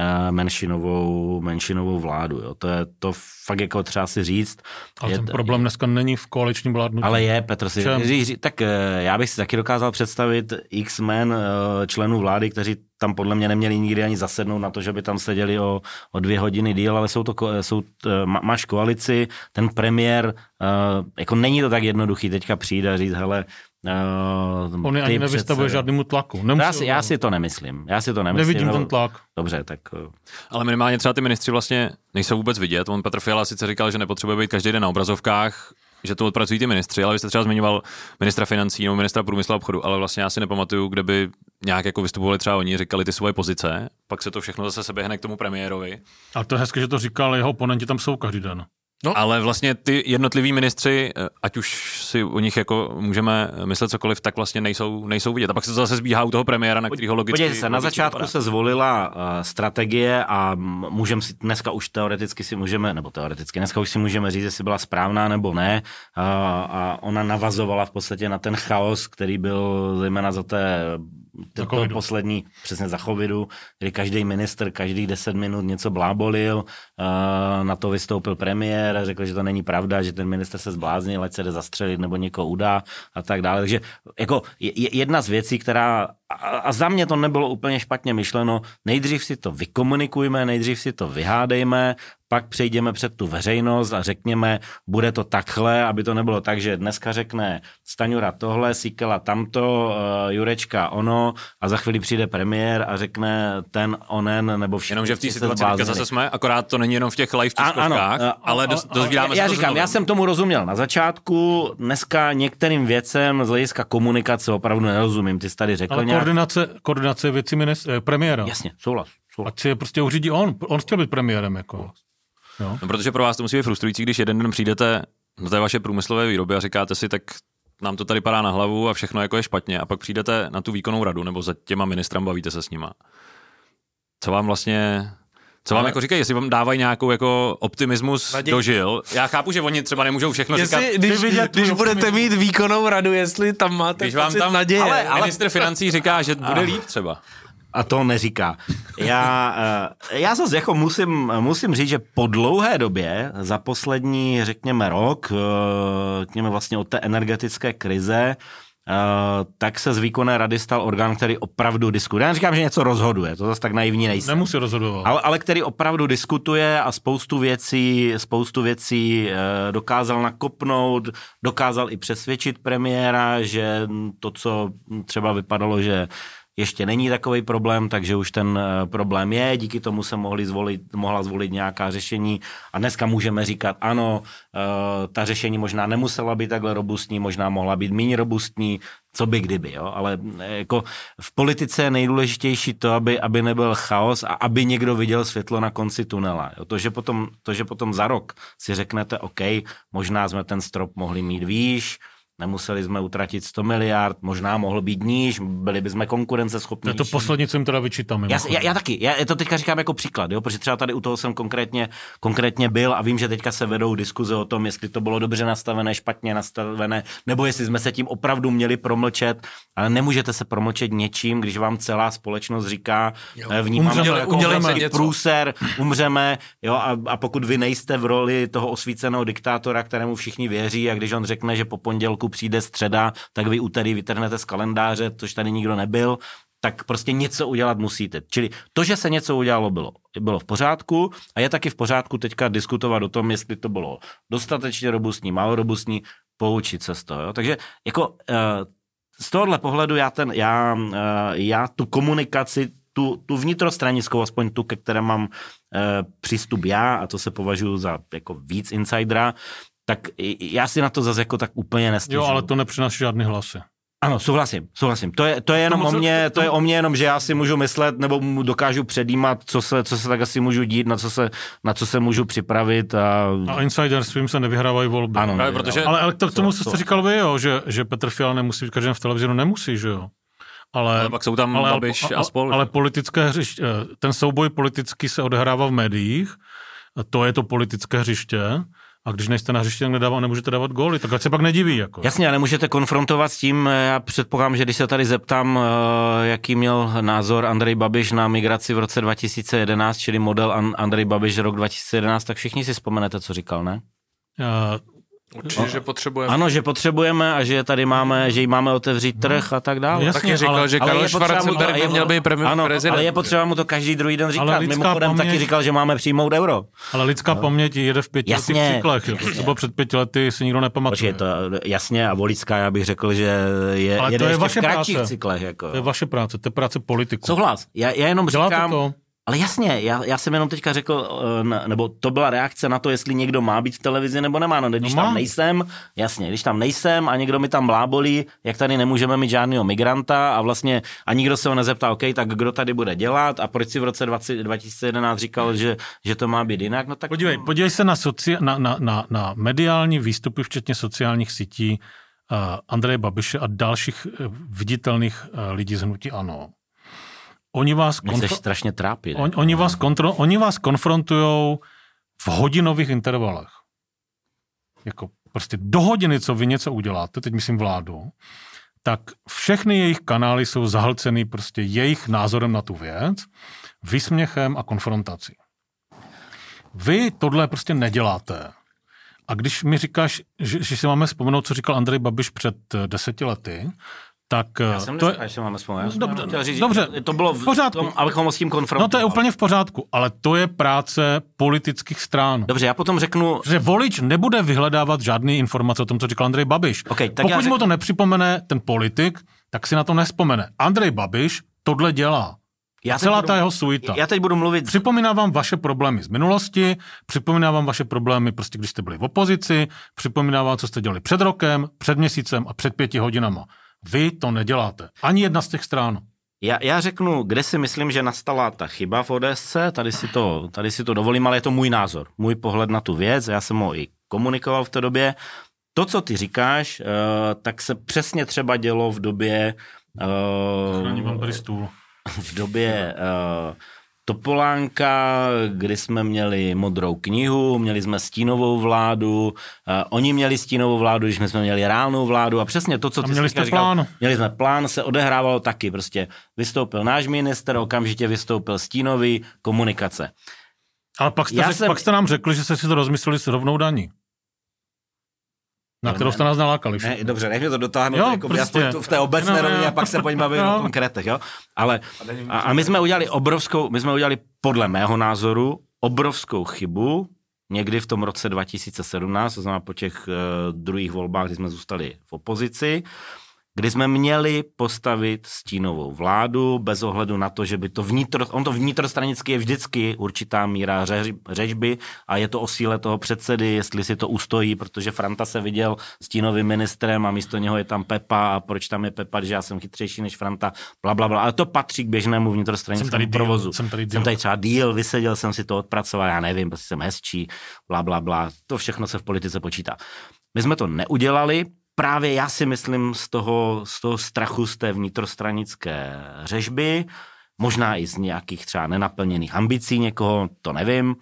menšinovou vládu. Jo. To fakt jako třeba si říct. Ale ten problém dneska není v koaličním vládnutí. Ale je, Petr, tak já bych si taky dokázal představit x-men členů vlády, kteří tam podle mě neměli nikdy ani zasednout na to, že by tam seděli o 2 hodiny díl, ale máš koalici, ten premiér, jako není to tak jednoduchý teďka přijde a říct, hele, on je ani nevystavuje žádnému tlaku. Já si to nemyslím. Nevidím ten tlak. Dobře, tak... Ale minimálně třeba ty ministři vlastně nejsou vůbec vidět. On Petr Fiala sice říkal, že nepotřebuje být každý den na obrazovkách, že to odpracují ty ministři, ale vy jste třeba zmiňoval ministra financí nebo ministra průmyslu a obchodu, ale vlastně já si nepamatuju, kde by nějak jako vystupovali třeba oni, říkali ty svoje pozice, pak se to všechno zase seběhne k tomu premiérovi. A to je hezké, že to říkal, jeho oponenti tam jsou každý den. No. Ale vlastně ty jednotliví ministři, ať už si o nich jako můžeme myslet cokoliv, tak vlastně nejsou vidět. A pak se to zase zbíhá u toho premiéra, na kterýho logicky... Podívejte se, na začátku se zvolila strategie a můžeme si dneska už dneska už si můžeme říct, jestli byla správná nebo ne. A ona navazovala v podstatě na ten chaos, který byl zejména za to poslední, přesně za covidu, kdy každý ministr každých 10 minut něco blábolil, na to vystoupil premiér a řekl, že to není pravda, že ten ministr se zbláznil, ať se jde zastřelit nebo někoho udá a tak dále. Takže jako jedna z věcí, která, a za mě to nebylo úplně špatně myšleno, nejdřív si to vykomunikujme, nejdřív si to vyhádejme, pak přejdeme před tu veřejnost a řekněme, bude to takhle, aby to nebylo tak, že dneska řekne Staňura tohle, Síkela tamto, Jurečka ono a za chvíli přijde premiér a řekne ten, onen, nebo všichni. Jenomže v té situaci zase jsme, akorát to není jenom v těch live tiskovkách, ale dozvídáme se. Já říkám, já jsem tomu rozuměl na začátku, dneska některým věcem z hlediska komunikace opravdu nerozumím, ty jsi tady řekl ale koordinace věcí premiéra. Jasně, souhlas. Ať si je prostě uřídí on chtěl být premiérem, jako. Jo. No, protože pro vás to musí být frustrující, když jeden den přijdete do té vaše průmyslové výroby a říkáte si, tak nám to tady padá na hlavu a všechno jako je špatně a pak přijdete na tu výkonnou radu nebo za těma ministrem bavíte se s nima. Co vám jako říkají, jestli vám dávají nějakou jako optimismus do žil. Já chápu, že oni třeba nemůžou všechno říkat. Když budete mít výkonnou radu, jestli tam máte pocit naděje. Ale ministr financí říká, že bude líp třeba. A to neříká. Já zase jako musím říct, že po dlouhé době, za poslední, řekněme, rok, řekněme vlastně od té energetické krize, tak se z výkonné rady stal orgán, který opravdu diskutuje. Já neříkám, že něco rozhoduje, to zase tak naivní nejsem. Nemusí rozhodovat. Ale který opravdu diskutuje a spoustu věcí dokázal nakopnout, dokázal i přesvědčit premiéra, že to, co třeba vypadalo, že ještě není takový problém, takže už ten problém je, díky tomu se mohla zvolit nějaká řešení a dneska můžeme říkat, ano, ta řešení možná nemusela být takhle robustní, možná mohla být méně robustní, co by kdyby, jo, ale jako v politice je nejdůležitější to, aby nebyl chaos a aby někdo viděl světlo na konci tunela. Jo. To, že potom za rok si řeknete, OK, možná jsme ten strop mohli mít výš, nemuseli jsme utratit 100 miliard, možná mohl být níž, byli bychom konkurenceschopní. Je to poslední, co jim teda vyčítám. Já taky, já to teďka říkám jako příklad, jo, protože třeba tady u toho jsem konkrétně byl a vím, že teďka se vedou diskuze o tom, jestli to bylo dobře nastavené, špatně nastavené, nebo jestli jsme se tím opravdu měli promlčet, ale nemůžete se promlčet něčím, když vám celá společnost říká, vnímáme jako průser, umřeme, jo, a pokud vy nejste v roli toho osvíceného diktátora, kterému všichni věří, a když on řekne, že po pondělku přijde středa, tak vy úterý vytrhnete z kalendáře, což tady nikdo nebyl, tak prostě něco udělat musíte. Čili to, že se něco udělalo, bylo v pořádku a je taky v pořádku teďka diskutovat o tom, jestli to bylo dostatečně robustní, málo robustní, poučit se z toho. Jo? Takže jako z tohohle pohledu já tu komunikaci, tu vnitrostranickou, aspoň tu, ke které mám přístup já, a to se považuji za jako víc insidera, tak já si na to zase jako tak úplně nestěžuji. Jo, ale to nepřináší žádný hlasy. Ano, souhlasím. To je jenom o mě, jenom, že já si můžu myslet, nebo dokážu předjímat, co se tak asi můžu dít, na co se můžu připravit. A insiderstvím se nevyhrávají volby. Ano, ale k tomu jste říkal vy, jo, že Petr Fiala nemusí být každý v televizi, no nemusí, že jo. Ale pak jsou tam Babiš a spol. Ale politické hřiště, ten souboj politický se odehrává v médiích, a to je to politické hřiště. A když nejste na hřišti, tak nemůžete dávat góly, tak ať se pak nediví. Jako. Jasně, a nemůžete konfrontovat s tím, já předpokládám, že když se tady zeptám, jaký měl názor Andrej Babiš na migraci v roce 2011, čili model Andrej Babiš rok 2011, tak všichni si vzpomenete, co říkal, ne? Určitě, že potřebujeme. Ano, že potřebujeme a že tady máme, že jí máme otevřít trh a tak dále. Jasně, taky říkal, že Karel Schwarzenberg by měl být prezident. Ale je potřeba mu to každý druhý den říkat. Mimochodem taky říkal, že máme přijmout euro. Ale lidská paměť jede v 5 letých cyklech. To bylo před 5 lety, si nikdo nepamatuje. To jasně, a voličská, já bych řekl, že jede ještě v kratších cyklech. Jako. To je vaše práce, to je práce politiků. Souhlas. Já jenom říkám, Ale jasně, já jsem jenom teďka řekl, nebo to byla reakce na to, jestli někdo má být v televizi nebo nemá. No, když tam nejsem, jasně, když tam nejsem a někdo mi tam blábolí, jak tady nemůžeme mít žádného migranta a nikdo se ho nezeptá, OK, tak kdo tady bude dělat a proč si v roce 2011 říkal, že to má být jinak, no tak... Podívej se na mediální výstupy, včetně sociálních sítí Andreje Babiše a dalších viditelných lidí z hnutí ANO. Oni vás strašně trápí. Oni vás konfrontujou v hodinových intervalech. Jako prostě do hodiny, co vy něco uděláte, teď myslím vládu, tak všechny jejich kanály jsou zahlcený prostě jejich názorem na tu věc, výsměchem a konfrontací. Vy tohle prostě neděláte. A když mi říkáš, že si máme vzpomenout, co říkal Andrej Babiš před 10 lety, tak já jsem to neříkal, že máme vzpomenout. Dobře, to bylo v pořádku. Abychom s tím konfrontovali. No to je úplně v pořádku, ale to je práce politických stran. Dobře, já potom řeknu... Že volič nebude vyhledávat žádný informace o tom, co říkal Andrej Babiš. Okay, tak pokud mu to nepřipomene ten politik, tak si na to nespomene. Andrej Babiš tohle dělá. Celá ta jeho suita. Já teď budu mluvit... Připomínám vám vaše problémy z minulosti, připomínám vám vaše problémy prostě, když jste byli v opozici, připomínám vám, co jste dělali před rokem, před měsícem a před 5 hodinama. Vy to neděláte. Ani jedna z těch stran. Já řeknu, kde si myslím, že nastala ta chyba v ODSC, tady si to dovolím, ale je to můj názor, můj pohled na tu věc, já jsem ho i komunikoval v té době. To, co ty říkáš, tak se přesně třeba dělo v době... v době Topolánka, kdy jsme měli Modrou knihu, měli jsme stínovou vládu, oni měli stínovou vládu, když jsme měli reálnou vládu a přesně to, co ty jsi říkal, měli jsme plán, se odehrávalo taky, prostě vystoupil náš ministr, okamžitě vystoupil stínový, komunikace. Ale pak jste nám řekli, že jste si to rozmysleli s rovnou daní. Na kterou jste nás nalákali. Ne, dobře, nech mě to dotáhnout jako prostě. V té obecné rovině a pak se pojďme bavit o konkrétech, jo. Ale a my jsme udělali podle mého názoru obrovskou chybu někdy v tom roce 2017, to znamená po těch druhých volbách, kdy jsme zůstali v opozici, kdy jsme měli postavit stínovou vládu bez ohledu na to, že by to vnitrostranicky je vždycky určitá míra řežby a je to o síle toho předsedy, jestli si to ustojí, protože Franta se viděl stínovým ministrem a místo něho je tam Pepa a proč tam je Pepa, že já jsem chytřejší než Franta, blablabla, ale to patří k běžnému vnitrostranickému provozu. Jsem tady třeba díl, vyseděl jsem si to, odpracoval, já nevím, prostě jsem hezčí, blablabla, to všechno se v politice počítá. My jsme to neudělali. Právě já si myslím z toho strachu z té vnitrostranické řežby, možná i z nějakých třeba nenaplněných ambicí někoho, to nevím,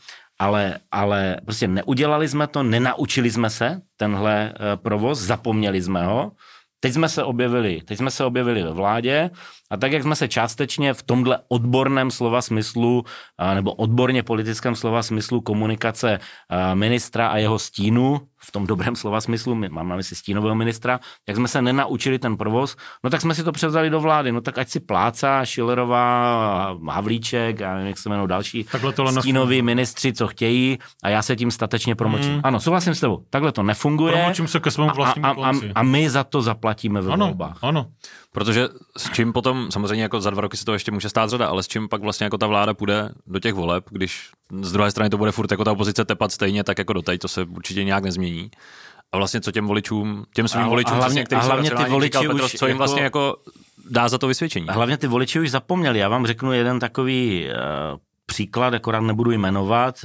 ale prostě neudělali jsme to, nenaučili jsme se tenhle provoz, zapomněli jsme ho. Teď jsme se objevili ve vládě a tak, jak jsme se částečně v tomhle odborném slova smyslu, nebo odborně politickém slova smyslu komunikace ministra a jeho stínu, v tom dobrém slova smyslu, mám na mysli stínového ministra, jak jsme se nenaučili ten provoz, no tak jsme si to převzali do vlády, no tak ať si Pláca, Schillerová, Havlíček a jak se jmenou další stínoví ministři, co chtějí a já se tím statečně promočím. Ano, souhlasím s tebou, takhle to nefunguje. Promočím se ke svému vlastnímu konci. A my za to zaplatíme ve volbách. Ano. Protože s čím potom, samozřejmě jako za 2 roky se to ještě může stát řada, ale s čím pak vlastně jako ta vláda půjde do těch voleb, když z druhé strany to bude furt jako ta opozice tepat stejně, tak jako doteď, to se určitě nějak nezmění. A vlastně co těm svým voličům, hlavně ty voliči říkal Petros, co jim vlastně jako dá za to vysvědčení. A hlavně ty voliči už zapomněli. Já vám řeknu jeden takový příklad, akorát nebudu jmenovat,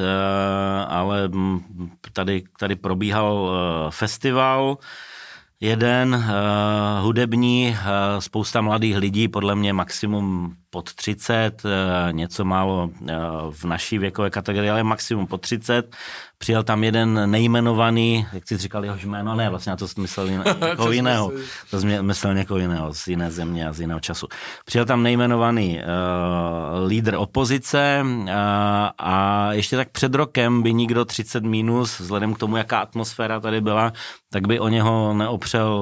ale tady probíhal festival, jeden hudební, spousta mladých lidí, podle mě maximum pod 30, něco málo v naší věkové kategorii, ale maximum pod 30. Přijel tam jeden nejmenovaný, jak jsi říkal jeho jméno, ne, vlastně já to myslel někoho jiného. To myslel někoho jiného, z jiné země a z jiného času. Přijel tam nejmenovaný lídr opozice a ještě tak před rokem by nikdo 30 minus, vzhledem k tomu, jaká atmosféra tady byla, tak by o něho neopřel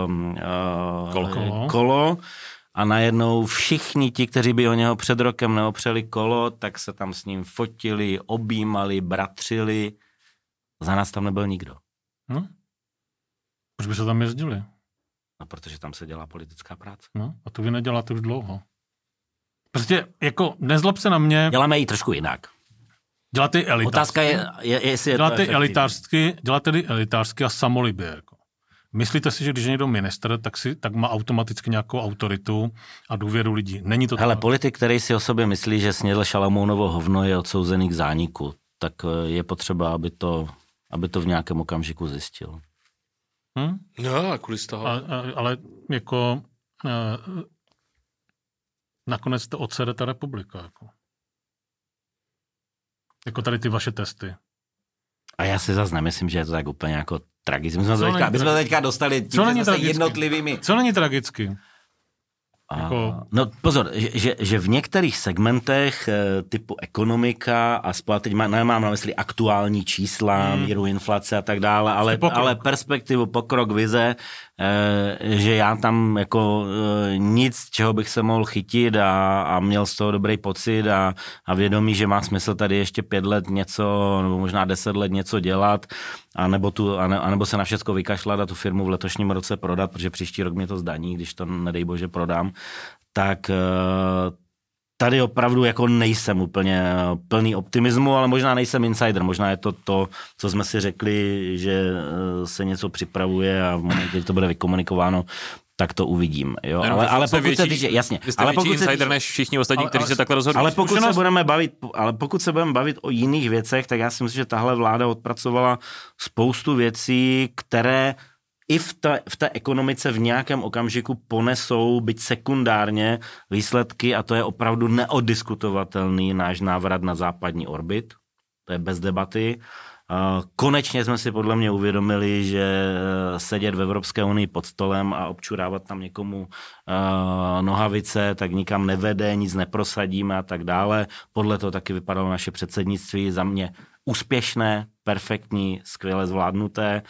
kolo. A najednou všichni ti, kteří by o něho před rokem neopřeli kolo, tak se tam s ním fotili, objímali, bratřili. Za nás tam nebyl nikdo. No. Proč by se tam jezdili? No, protože tam se dělá politická práce. No, a to vy neděláte už dlouho. Prostě jako nezlob se na mě. Děláme ji trošku jinak. Dělat ty elitářsky. Otázka je, jestli je to efektivní. Dělat tedy elitářsky a samolibě. Jako. Myslíte si, že když je někdo ministr, tak má automaticky nějakou autoritu a důvěru lidí? Není to tak? Hele, politik, který si o sobě myslí, že snědl Šalamounovo hovno, je odsouzený k zániku. Tak je potřeba, aby to v nějakém okamžiku zjistil. No, a kvůli z toho. Ale jako nakonec to odsede ta republika. Jako tady ty vaše testy. A já si zase nemyslím, že je to tak úplně jako tragicky. My jsme to teďka dostali tím, že zase jednotlivými... Co není tragicky? No pozor, že v některých segmentech typu ekonomika a společnost, teď nemám na mysli aktuální čísla, míru inflace a tak dále, ale perspektivu, pokrok, vize, že já tam jako nic, čeho bych se mohl chytit a měl z toho dobrý pocit a vědomí, že má smysl tady ještě 5 let něco, nebo možná 10 let něco dělat, anebo se na všechno vykašlat a tu firmu v letošním roce prodat, protože příští rok mě to zdaní, když to nedej bože prodám, tak tady opravdu jako nejsem úplně plný optimismu, ale možná nejsem insider, možná je to, co jsme si řekli, že se něco připravuje a v momentě, kdy to bude vykomunikováno, tak to uvidím. Jo? Ale pokud se týče, jasně. Vy jste větší insider než všichni ostatní, kteří se takhle rozhodují. Ale pokud se budeme bavit o jiných věcech, tak já si myslím, že tahle vláda odpracovala spoustu věcí, které i v té ekonomice v nějakém okamžiku ponesou, byť sekundárně, výsledky a to je opravdu neoddiskutovatelný náš návrat na západní orbit. To je bez debaty. Konečně jsme si podle mě uvědomili, že sedět v Evropské unii pod stolem a občurávat tam někomu nohavice, tak nikam nevede, nic neprosadíme a tak dále. Podle toho taky vypadalo naše předsednictví, za úspěšné, perfektní, skvěle zvládnuté.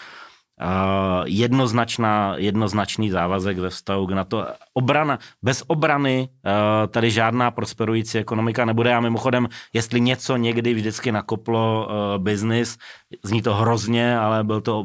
Jednoznačný závazek ve vztahu k NATO. Bez obrany tady žádná prosperující ekonomika nebude. A mimochodem, jestli něco někdy vždycky nakoplo biznis, zní to hrozně, ale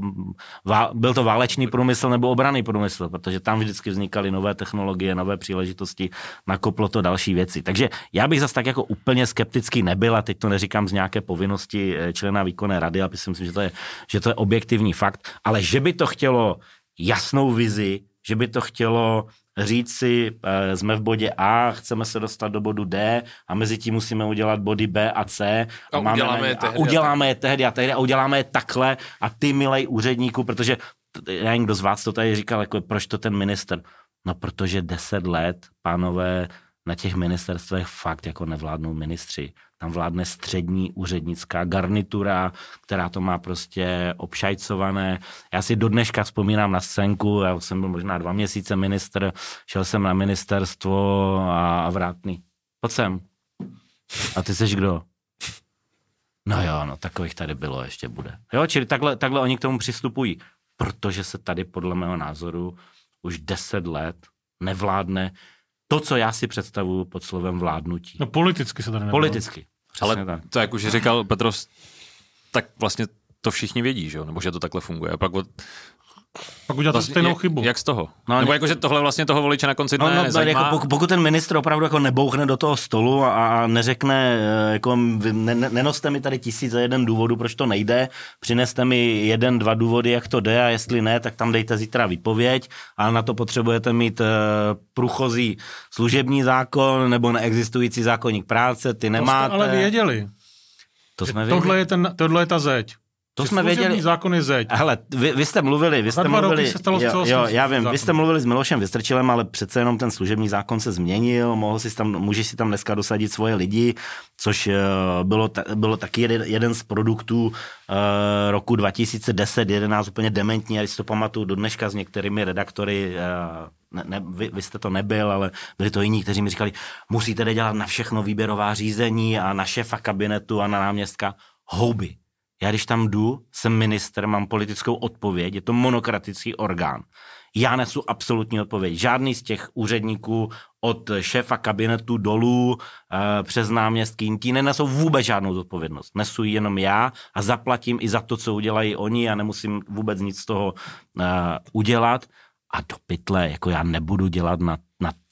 byl to válečný průmysl nebo obranný průmysl, protože tam vždycky vznikaly nové technologie, nové příležitosti, nakoplo to další věci. Takže já bych zase tak jako úplně skeptický nebyl a teď to neříkám z nějaké povinnosti člena výkonné rady, ale myslím si, že to je objektivní fakt, ale že by to chtělo jasnou vizi, že by to chtělo říct si, jsme v bodě A, chceme se dostat do bodu D a mezi tím musíme udělat body B a C a uděláme je tehdy a uděláme je takhle a ty, milej úředníku, protože já někdo z vás to tady říkal, jako proč to ten minister? No protože 10 let, pánové, na těch ministerstvech fakt jako nevládnou ministři. Tam vládne střední úřednická garnitura, která to má prostě obšajcované. Já si do dneška vzpomínám na scénku, já jsem byl možná 2 měsíce ministr, šel jsem na ministerstvo a Vrátný. Pojď sem. A ty seš kdo? No jo, no takových tady bylo, ještě bude. Jo, čili takhle oni k tomu přistupují. Protože se tady podle mého názoru už 10 let nevládne to, co já si představuji pod slovem vládnutí. No politicky se tady nebylo. Politicky. Ale tak. To, jak už říkal Petros, tak vlastně to všichni vědí, že jo? Nebo že to takhle funguje. A pak udělat stejnou chybu. Jak z toho? No, nebo jako, že tohle vlastně toho voliče na konci dne nezajímá. Jako pokud ten ministr opravdu jako nebouchne do toho stolu a neřekne, jako nenoste mi tady 1001 důvodu, proč to nejde, přineste mi 1-2 důvody, jak to jde a jestli ne, tak tam dejte zítra výpověď a na to potřebujete mít průchozí služební zákon nebo neexistující zákoník práce, ty nemáte. To jsme ale věděli. To jsme věděli. Tohle je ta zeď. To jsme věděli. Zákon je zeď. Hele, vy jste mluvili, já vím, vy jste mluvili s Milošem Vystrčilem, ale přece jenom ten služební zákon se změnil, můžeš si tam dneska dosadit svoje lidi, což bylo taky jeden z produktů roku 2010-11 úplně dementní, a když si to pamatuju do dneška s některými redaktory, vy jste to nebyl, ale byli to jiní, kteří mi říkali, musíte dělat na všechno výběrová řízení a na šéfa kabinetu a na náměstka. Houby. Já když tam jdu, jsem ministr, mám politickou odpověď, je to monokratický orgán. Já nesu absolutní odpověď. Žádný z těch úředníků od šéfa kabinetu dolů přes náměstky, ti nenesou vůbec žádnou zodpovědnost. Nesu jenom já a zaplatím i za to, co udělají oni a nemusím vůbec nic z toho udělat. A do pytle, jako já nebudu dělat na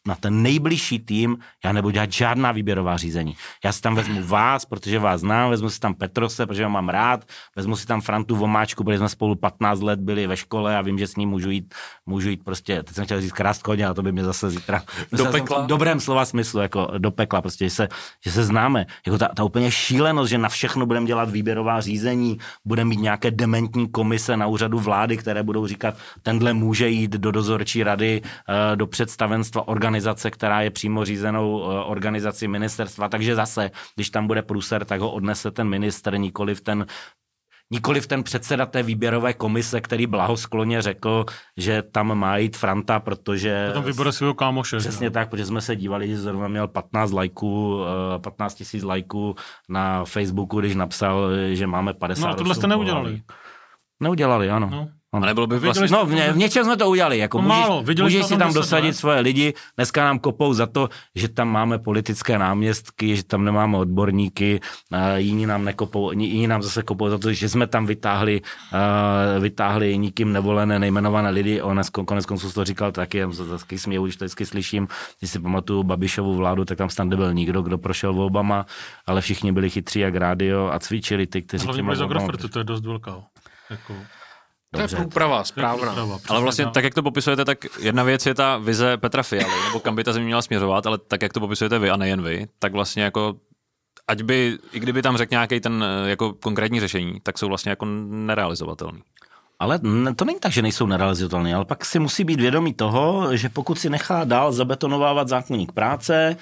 na ten nejbližší tým já nebudu dělat žádná výběrová řízení. Já si tam vezmu vás, protože vás znám, vezmu si tam Petrose, protože ho mám rád, vezmu si tam Frantu Vomáčku, protože jsme spolu 15 let byli ve škole a vím, že s ním můžu jít prostě, teď jsem chtěl říct krást koně, ale to by mě zase zítra do pekla. V dobrém slova smyslu, jako do pekla, prostě, že se známe. Jako ta úplně šílenost, že na všechno budeme dělat výběrová řízení, budeme mít nějaké dementní komise na úřadu vlády, které budou říkat, tenhle může jít do dozorčí rady, do představenstva organizace, která je přímo řízenou organizací ministerstva, takže zase, když tam bude průser, tak ho odnese ten ministr, nikoliv ten předseda té výběrové komise, který blahoskloně řekl, že tam má jít Franta, protože... A tam vybere svého kámoše. Přesně tak, protože jsme se dívali, že zrovna měl 15 000 lajků na Facebooku, když napsal, že máme 58. No a tohle jste neudělali. Neudělali, ano. No. A nebylo by vlastně... No, v něčem jsme to udělali, jako můžeš si tam dosadit svoje lidi, dneska nám kopou za to, že tam máme politické náměstky, že tam nemáme odborníky, jiní nám nekopou, jiní nám zase kopou za to, že jsme tam vytáhli nikým nevolené, nejmenované lidi, konec konců to říkal taky, já se taky směju, když to vždycky slyším, když si pamatuju Babišovu vládu, tak tam snad nebyl nikdo, kdo prošel volbama, ale všichni byli chytří jak rádio a cvičili ty, kteří... Hlavně byli z Agrofertu, to je dost velká. Jako... Dobře. To je průprava, správná. Ale vlastně tak, jak to popisujete, tak jedna věc je ta vize Petra Fialy, nebo kam by ta země měla směřovat, ale tak, jak to popisujete vy a nejen vy, tak vlastně jako, i kdyby tam řekl nějaký ten jako konkrétní řešení, tak jsou vlastně jako nerealizovatelný. Ale to není tak, že nejsou nerealizovatelné, ale pak si musí být vědomí toho, že pokud si nechá dál zabetonovávat zákoník práce,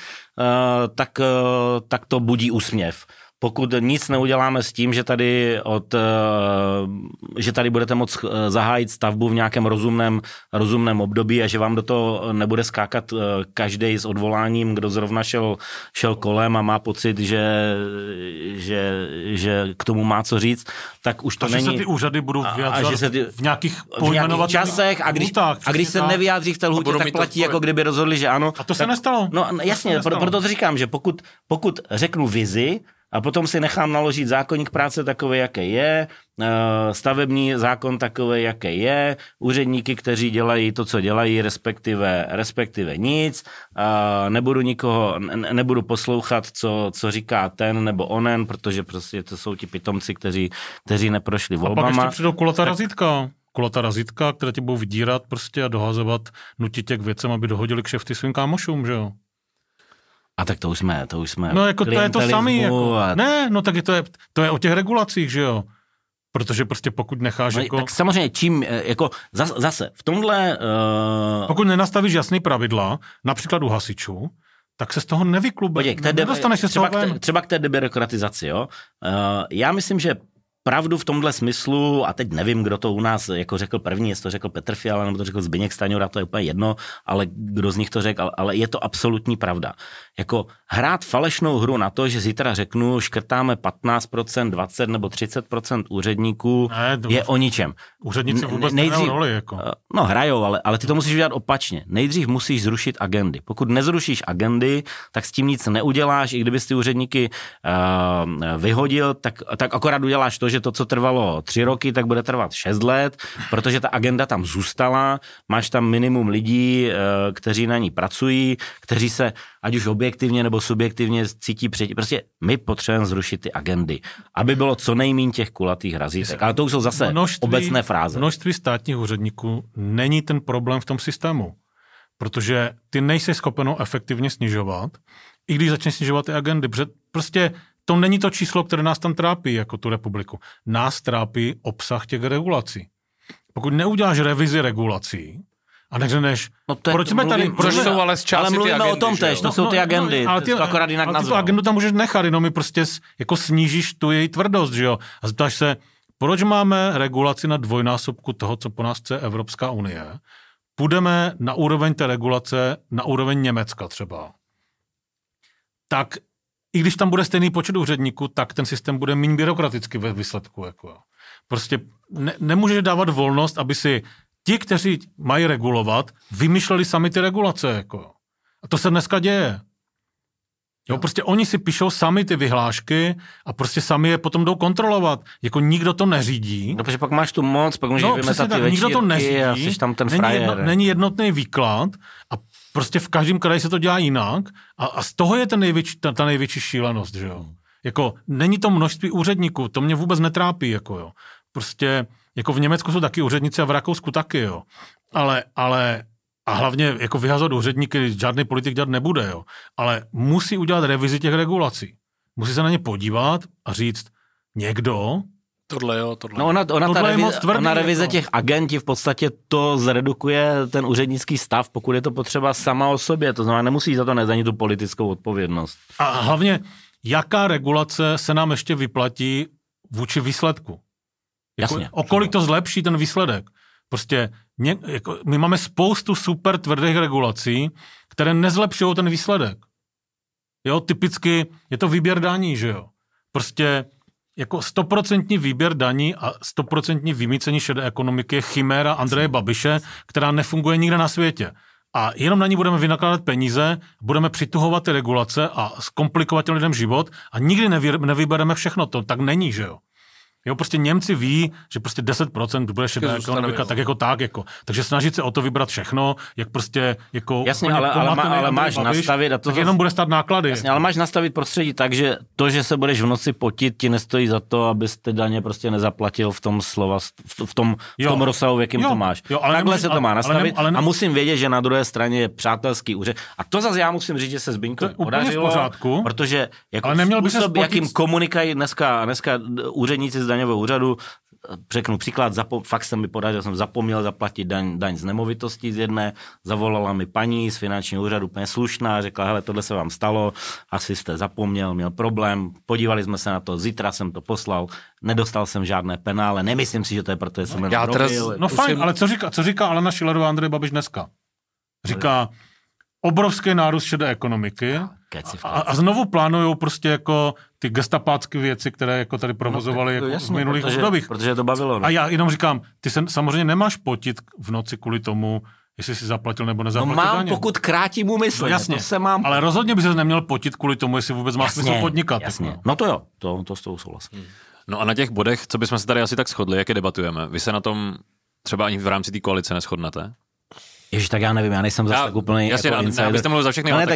tak to budí úsměv. Pokud nic neuděláme s tím, že tady budete moct zahájit stavbu v nějakém rozumném období a že vám do toho nebude skákat každý s odvoláním, kdo zrovna šel kolem a má pocit, že k tomu má co říct, tak už to není... A že se ty úřady budou vyjadřovat v nějakých časech a když se nevyjádří v té lhůtě, tak platí, jako kdyby rozhodli, že ano. A to se nestalo. No jasně, proto to říkám, že pokud řeknu vizi, a potom si nechám naložit zákoník práce takový, jaký je, stavební zákon takový, jaký je, úředníky, kteří dělají to, co dělají, respektive nic, nebudu poslouchat, co říká ten nebo onen, protože prostě to jsou ti pitomci, kteří neprošli volbama. A pak ještě přijdou kulatá razítka, které tě budou vydírat prostě a dohazovat, nutit tě k věcem, aby dohodili kšefty svým kámošům, že jo? A tak to už jsme no jako to je to samý, jako. Ne, no tak to je o těch regulacích, že jo? Protože prostě pokud necháš no, jako... Tak samozřejmě čím, jako zase v tomhle... Pokud nenastavíš jasný pravidla, například u hasičů, tak se z toho nevyklube. Nedostaneš se z toho ven. Třeba k té debyrokratizaci, jo? Já myslím, že pravdu v tomhle smyslu, a teď nevím, kdo to u nás jako řekl první, jestli to řekl Petr Fiala, nebo to řekl Zbyněk Stanjura, to je úplně jedno, ale kdo z nich to řekl, ale je to absolutní pravda. Jako hrát falešnou hru na to, že zítra řeknu, škrtáme 15%, 20 nebo 30% úředníků, je o ničem. Úředníci vůbec nehrajou roli. Jako. No hrajou, ale ty to musíš udělat opačně. Nejdřív musíš zrušit agendy. Pokud nezrušíš agendy, tak s tím nic neuděláš, i kdybys ty úředníky vyhodil, tak akorát uděláš to, že to, co trvalo 3 roky, tak bude trvat 6 let, protože ta agenda tam zůstala, máš tam minimum lidí, kteří na ní pracují, kteří se, ať už objektivně nebo subjektivně cítí prostě my potřebujeme zrušit ty agendy, aby bylo co nejméně těch kulatých razítek. Ale to už jsou zase obecné fráze. Množství státních úředníků není ten problém v tom systému, protože ty nejsi schopen efektivně snižovat, i když začneš snižovat ty agendy, protože prostě to není to číslo, které nás tam trápí, jako tu republiku. Nás trápí obsah těch regulací. Pokud neuděláš revizi regulací a neřekneš, proč jsme tady... Ale mluvíme o tom tež, to jsou ty agendy, to akorát jinak nazval. Ale tu agendu tam můžeš nechat, jenom mi prostě jako snížíš tu její tvrdost, že jo? A zeptáš se, proč máme regulaci na dvojnásobku toho, co po nás chce Evropská unie? Půjdeme na úroveň té regulace, na úroveň Německa třeba. Tak i když tam bude stejný počet úředníků, tak ten systém bude méně byrokraticky ve výsledku. Jako. Prostě nemůžeš dávat volnost, aby si ti, kteří mají regulovat, vymýšleli sami ty regulace. Jako. A to se dneska děje. Jo, prostě oni si píšou sami ty vyhlášky a prostě sami je potom jdou kontrolovat. Jako nikdo to neřídí. No, protože pak máš tu moc, pak můžeš vymetat ty večírky nikdo to neřídí, a jsi tam ten frajer. Není jednotný výklad a prostě v každém kraji se to dělá jinak a z toho je ta největší šílenost, že jo. Jako není to množství úředníků, to mě vůbec netrápí, jako jo. Prostě jako v Německu jsou taky úředníci a v Rakousku taky, jo. Ale a hlavně jako vyhazovat úředníky žádný politik dělat nebude, jo. Ale musí udělat revizi těch regulací. Musí se na ně podívat a říct někdo. Tohle. No ona revize těch agentí v podstatě to zredukuje ten úřednický stav, pokud je to potřeba sama o sobě. To znamená, nemusí za to nezdanit tu politickou odpovědnost. A hlavně, jaká regulace se nám ještě vyplatí vůči výsledku? Jasně. O kolik to zlepší ten výsledek? Prostě my máme spoustu super tvrdých regulací, které nezlepšují ten výsledek. Jo, typicky je to výběr daní, že jo? Prostě jako 100% výběr daní a 100% vymýcení šedé ekonomiky je chiméra Andreje Babiše, která nefunguje nikde na světě. A jenom na ní budeme vynakládat peníze, budeme přituhovat ty regulace a zkomplikovat těm lidem život a nikdy nevybereme všechno. To tak není, že jo? Jo, prostě Němci ví, že prostě 10% bude šedá ekonomika, tak jako tak, jako. Takže snažit se o to vybrat všechno, jak prostě jako... Jasně, ale máš nastavit... A to tak jenom bude stát náklady. Jasně, ale máš nastavit prostředí tak, že to, že se budeš v noci potit, ti nestojí za to, abys ty daně prostě nezaplatil v tom v tom rozsahu, v jakým to máš. Takhle se to má nastavit a musím vědět, že na druhé straně je přátelský úřad. A to zase já musím říct, že se Zbyňkovi podařilo, protože jako způsob, jakým komunikají dneska úředníci z daňového úřadu, řeknu příklad, fakt se mi podařilo, jsem zapomněl zaplatit daň z nemovitostí z jedné, zavolala mi paní z finančního úřadu, úplně slušná, řekla, hele, tohle se vám stalo, asi jste zapomněl, měl problém, podívali jsme se na to, zítra jsem to poslal, nedostal jsem žádné penále, nemyslím si, že to je proto, že jsem jenom robil. No fajn, ale co říká Alena Schillerová a Andrej Babiš dneska? Říká, obrovský nárůst šedé ekonomiky a znovu plánujou prostě jako ty gestapácké věci, které jako tady provozovali jako v minulých obdobích. Protože to bavilo. No. A já jenom říkám, ty se samozřejmě nemáš potit v noci kvůli tomu, jestli jsi zaplatil nebo nezaplatil daně. No mám, pokud krátím úmysl. No jasně, ale rozhodně by se neměl potit kvůli tomu, jestli vůbec má smysl podnikat. Jasně. No to jo, to s tou souhlasím. No a na těch bodech, co bychom se tady asi tak shodli, jak je debatujeme, vy se na tom třeba ani v rámci té koalice neshodnete? Ježiš, tak já nevím, já nejsem zase tak úplně jasně, jako insider. Abyste mluvil za všechny. No ne, tak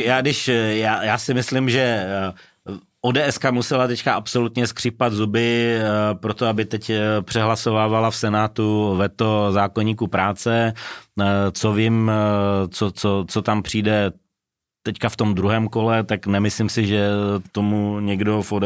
já si myslím, že ODSka musela teďka absolutně skřípat zuby proto, aby teď přehlasovávala v Senátu veto zákoníku práce. Co vím, co tam přijde teďka v tom druhém kole, tak nemyslím si, že tomu někdo v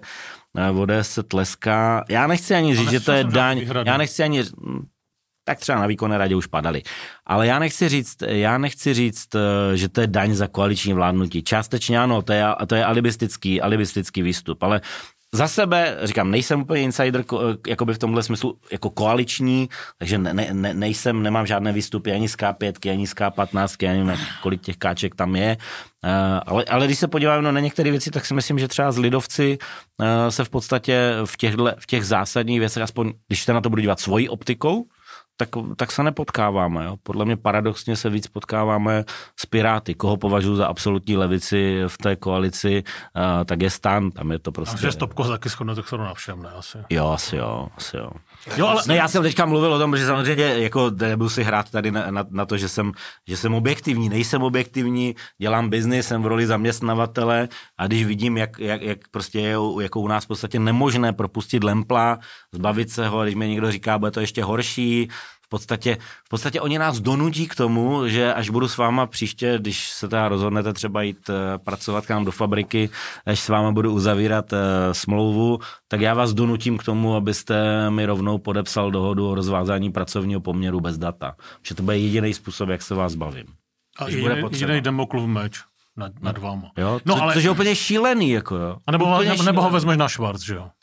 ODSce tleská. Já nechci ani říct, že to je daň. Já nechci ani... tak třeba na výkonné radě už padaly. Ale já nechci říct, že to je daň za koaliční vládnutí. Částečně ano, to je alibistický výstup, ale za sebe, říkám, nejsem úplně insider, jakoby v tomhle smyslu jako koaliční, takže nemám žádné výstupy ani z K5, ani z K15, ani nevím, kolik těch káček tam je. Ale když se podíváme na některé věci, tak si myslím, že třeba z lidovci se v podstatě v těch zásadních věcech, aspoň když se na to budu dívat svojí optikou, tak se nepotkáváme. Jo. Podle mě paradoxně se víc potkáváme s Piráty. Koho považuji za absolutní levici v té koalici, tak je STAN, tam je to prostě... A že Stopko taky shodne, tak se to navšem, ne? Asi. Jo, asi jo. Ale... Ne, já jsem teďka mluvil o tom, že samozřejmě jako nebudu si hrát tady na to, že jsem objektivní. Nejsem objektivní, dělám biznis, jsem v roli zaměstnavatele a když vidím, jak prostě je jako u nás v podstatě nemožné propustit Lempla, zbavit se ho, když mi někdo říká, bude to ještě horší. V podstatě oni nás donutí k tomu, že až budu s váma příště, když se teda rozhodnete třeba jít pracovat k nám do fabriky, až s váma budu uzavírat smlouvu, tak já vás donutím k tomu, abyste mi rovnou podepsal dohodu o rozvázání pracovního poměru bez data. Že to bude jediný způsob, jak se vás bavím. A jediný Damoklův meč nad váma. Jo? Což je úplně šílený. Jako, jo. A nebo ho vezmeš na švarc, že jo?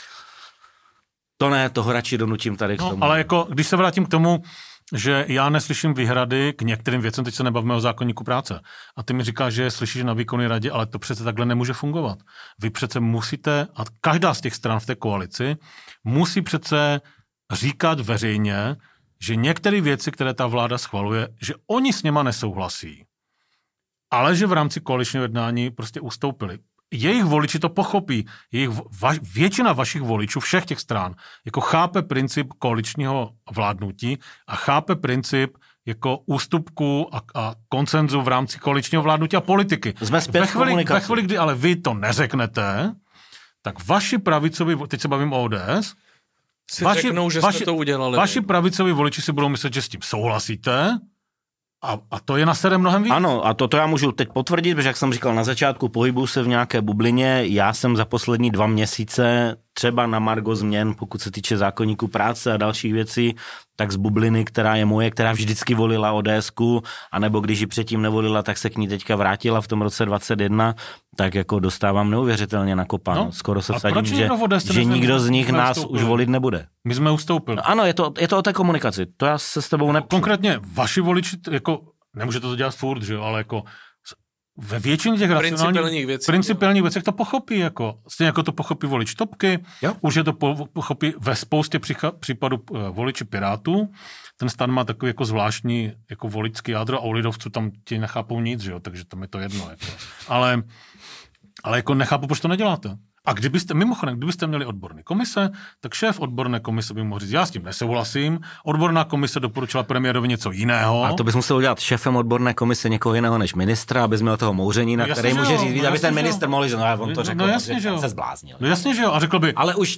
To ne, toho radši donutím tady k tomu. Ale jako, když se vrátím k tomu, že já neslyším výhrady k některým věcem, teď se nebavíme o zákoníku práce. A ty mi říkáš, že je slyšíš na výkonné radě, ale to přece takhle nemůže fungovat. Vy přece musíte, a každá z těch stran v té koalici, musí přece říkat veřejně, že některé věci, které ta vláda schvaluje, že oni s něma nesouhlasí. Ale že v rámci koaličního jednání prostě ustoupili. Jejich voliči to pochopí. Většina vašich voličů, všech těch stran, jako chápe princip koaličního vládnutí a chápe princip, jako ústupku a konsenzu v rámci koaličního vládnutí a politiky. Jsme zpět ve chvíli, kdy ale vy to neřeknete, tak vaši pravicovi, teď se bavím o ODS, řeknou, že jste to udělali. Vaši pravicovi voliči si budou myslet, že s tím souhlasíte, a to je na sere mnohem víc. Ano, a to já můžu teď potvrdit, protože jak jsem říkal na začátku, pohybuju se v nějaké bublině. Já jsem za poslední 2 měsíce třeba na margo změn, pokud se týče zákoníku práce a dalších věcí, tak z bubliny, která je moje, která vždycky volila ODSku, anebo když ji předtím nevolila, tak se k ní teďka vrátila v tom roce 2021, tak jako dostávám neuvěřitelně nakopáno. No, skoro se vsadím, že nikdo z nich nás už volit nebude. My jsme ustoupili. No, ano, je to o té komunikaci. To já se s tebou nepřijdu. Konkrétně vaši voliči, jako, nemůže to dělat furt, že jo, ale jako ve většině těch principiálních věcech to pochopí, jako, stejně jako to pochopí volič Topky, už je to pochopí ve spoustě případů voliči Pirátů. Ten stan má takový jako zvláštní jako voličský jádro a u lidovců tam ti nechápou nic, že jo, takže tam je to jedno. Jako. Ale jako nechápu, proč to neděláte. A kdybyste měli odborné komise, tak šéf odborné komise by mohl říct, já s tím nesouhlasím, odborná komise doporučila premiérovi něco jiného. A to bys musel udělat šéfem odborné komise někoho jiného než ministra, abys měl toho mouření, na který může říct, aby ten ministr mohl, že on to řekl, že se zbláznil. No jasně, že jo, a řekl by, ale už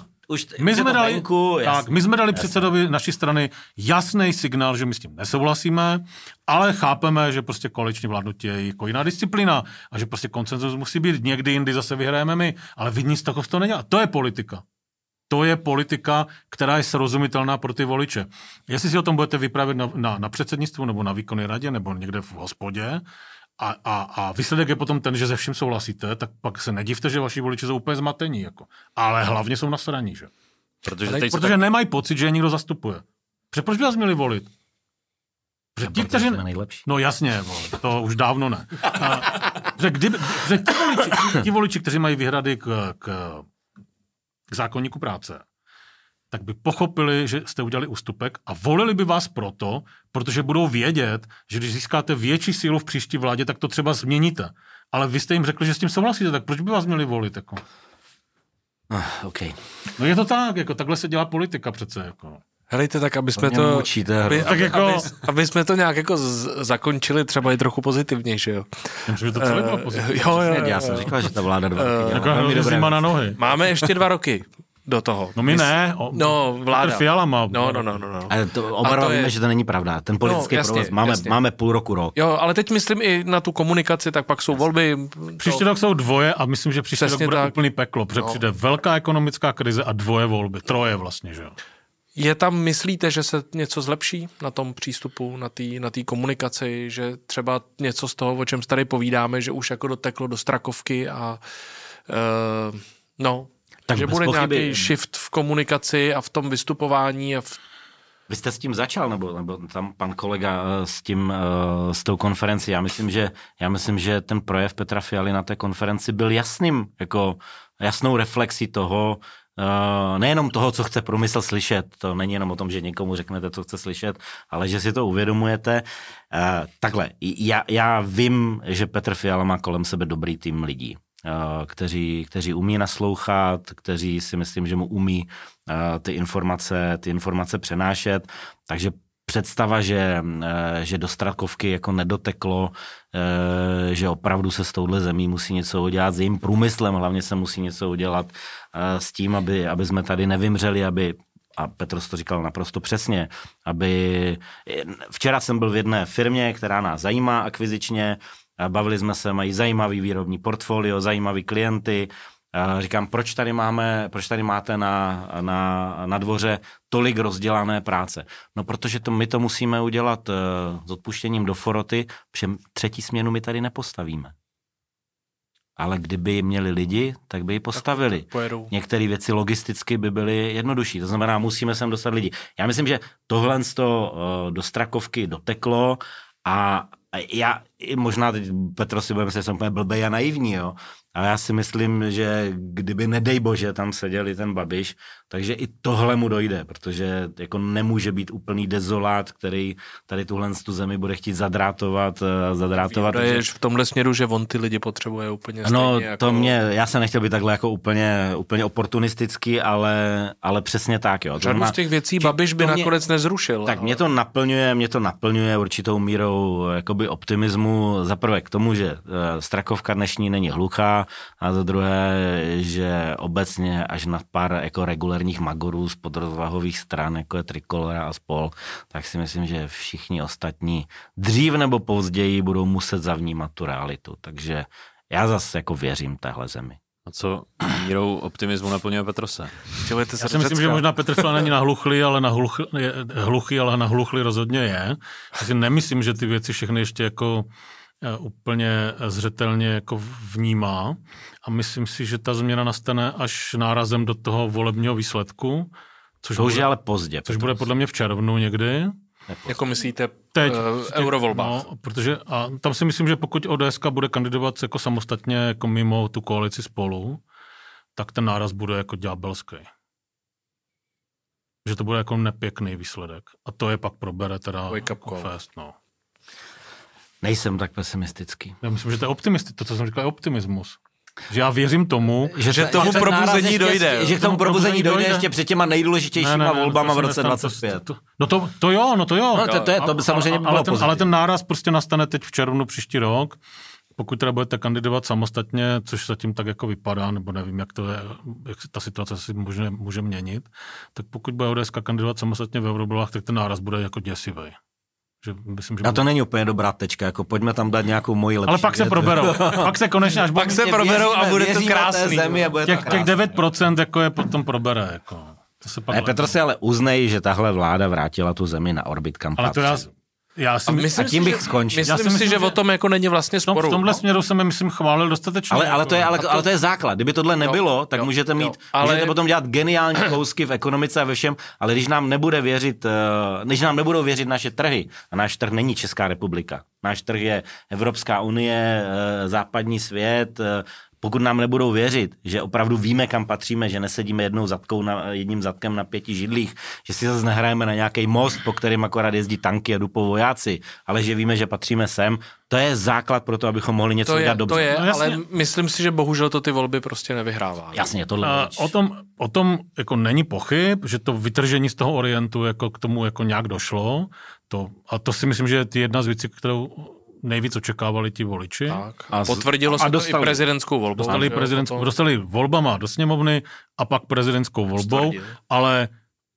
my jsme dali předsedovi naší strany jasný signál, že my s tím nesouhlasíme, ale chápeme, že prostě koaliční vládnutí je jako jiná disciplína a že prostě konsenzus musí být, někdy jindy zase vyhrajeme my, ale vy nic toho nedělá. To je politika. To je politika, která je srozumitelná pro ty voliče. Jestli si o tom budete vyprávět na předsednictvu nebo na výkonné radě nebo někde v hospodě, a výsledek je potom ten, že se vším souhlasíte, tak se nedivte, že vaši voliči jsou úplně zmatení. Jako. Ale hlavně jsou nasraní, že? Protože nemají pocit, že je někdo zastupuje. Proč by vás měli volit? No jasně, to už dávno ne. Ti voliči, kteří mají výhrady k zákoníku práce, tak by pochopili, že jste udělali ústupek a volili by vás proto, protože budou vědět, že když získáte větší sílu v příští vládě, tak to třeba změníte. Ale vy jste jim řekli, že s tím souhlasíte, tak proč by vás měli volit? Jako? Okay. No je to tak, jako takhle se dělá politika přece. Jako. Helejte, tak aby jsme to... Aby jsme to nějak jako zakončili třeba i trochu pozitivněji, že jo? Myslím, že to celé bylo pozitivní. Jo. Já jsem říkal, že ta vláda 2 roky dělá. Na nohy. Máme ještě 2 roky do toho. No my ne. Vláda. Fiala má. No. Ale to oba víme, že to není pravda. Ten politický provoz máme půl roku, rok. Jo, ale teď myslím i na tu komunikaci, tak pak jsou volby. Příští rok jsou 2 a myslím, že příští rok bude úplný peklo, protože přijde velká ekonomická krize a 2 volby. 3 vlastně, že jo. Je tam, myslíte, že se něco zlepší na tom přístupu, na té komunikaci, že třeba něco z toho, o čem tady povídáme, že už jako doteklo do Strakovky a tak že bude nějaký shift v komunikaci a v tom vystupování a Vy jste s tím začal, nebo tam pan kolega s tou konferencí. Já myslím, že ten projev Petra Fialy na té konferenci byl jasnou reflexí toho, nejenom toho, co chce průmysl slyšet, to není jenom o tom, že někomu řeknete, co chce slyšet, ale že si to uvědomujete. Takhle, já vím, že Petr Fiala má kolem sebe dobrý tým lidí, kteří umí naslouchat, kteří si myslím, že mu umí ty informace přenášet, takže představa, že do Strakovky jako nedoteklo, že opravdu se s touhle zemí musí něco udělat, s jejím průmyslem hlavně se musí něco udělat s tím, aby jsme tady nevymřeli, a Petr to říkal naprosto přesně, včera jsem byl v jedné firmě, která nás zajímá akvizičně, bavili jsme se, mají zajímavý výrobní portfolio, zajímavý klienty. Říkám, proč tady máte na dvoře tolik rozdělané práce? No, protože my to musíme udělat s odpuštěním do foroty, protože 3. směnu my tady nepostavíme. Ale kdyby měli lidi, tak by ji postavili. Některé věci logisticky by byly jednodušší. To znamená, musíme sem dostat lidi. Já myslím, že tohle do Strakovky doteklo a i možná teď Petro si bude myslet, že jsem úplně blbej a naivní, jo. A já si myslím, že kdyby nedej bože tam seděl i ten Babiš, takže i tohle mu dojde, protože jako nemůže být úplný dezolát, který tady tuhle tu zemi bude chtít zadrátovat. To je v tomhle směru, že on ty lidi potřebuje úplně stejně. No, jako... já jsem nechtěl být takhle jako úplně oportunistický, ale přesně tak, jo. Řadu z těch věcí Babiš by nakonec nezrušil. Tak mě to naplňuje určitou mírou jakoby optimismu. Za prvé k tomu, že Strakovka dnešní není hluchá, a za druhé, že obecně až na pár jako regulérních magorů z podrozvahových stran, jako je Trikolora a spol, tak si myslím, že všichni ostatní dřív nebo později budou muset zavnímat tu realitu. Takže já zase jako věřím téhle zemi. A co mírou optimismu naplňuje Petrose? Já si myslím, že možná Petr není nahluchlý, ale nahluchlý rozhodně je. Já si nemyslím, že ty věci všechny ještě jako úplně zřetelně jako vnímá a myslím si, že ta změna nastane až nárazem do toho volebního výsledku, což už je ale pozdě. Což bude podle mě v červnu někdy. Jako myslíte teď v eurovolbách? No, protože a tam si myslím, že pokud ODS bude kandidovat jako samostatně jako mimo tu koalici Spolu, tak ten náraz bude jako ďábelský. Že to bude jako nepěkný výsledek. A to je pak probere teda jako fest, no. Nejsem tak pesimistický. Já myslím, že to je to, co jsem říkal, je optimismus. Že já věřím tomu, že tomu probuzení dojde. Že k tomu probuzení dojde ještě před těma nejdůležitějšíma volbama v roce 2025. To jo. No to by samozřejmě bylo pozitivní. Ale ten náraz prostě nastane teď v červnu příští rok. Pokud teda budete kandidovat samostatně, což zatím tak jako vypadá, nebo nevím, jak to je, jak ta situace si může měnit, tak pokud bude ODS kandidovat samostatně v eurovolbách, tak ten náraz bude jako děsivý. Myslím, že a to není úplně dobrá tečka, jako pojďme tam dát nějakou moji lepší. Ale pak se proberou. Pak se konečně až pak se proberou a bude to krásný. Těch 9% jako je potom probere. Jako. To se pak Petr si ale uznej, že tahle vláda vrátila tu zemi na orbit, kam patří. A tím bych skončil. Myslím si, že o tom jako není vlastně sporu. V tomhle směru jsem myslím chválil dostatečně. Ale to je základ. Kdyby tohle nebylo, tak můžete potom dělat geniální kousky v ekonomice a ve všem, ale když nám nebudou věřit naše trhy, a náš trh není Česká republika, náš trh je Evropská unie, západní svět, pokud nám nebudou věřit, že opravdu víme, kam patříme, že nesedíme jedním zadkem na 5 židlích, že si zase nehrajeme na nějaký most, po kterým akorát jezdí tanky a dupou vojáci, ale že víme, že patříme sem, to je základ pro to, abychom mohli něco dělat dobře. To je, ale myslím si, že bohužel to ty volby prostě nevyhrává. Jasně, tohle o tom jako není pochyb, že to vytržení z toho orientu jako k tomu jako nějak došlo. To si myslím, že je jedna z věcí, kterou nejvíc očekávali ti voliči. Tak. A potvrdilo se to i prezidentskou volbou. Dostali volbama do sněmovny a pak prezidentskou volbou, ale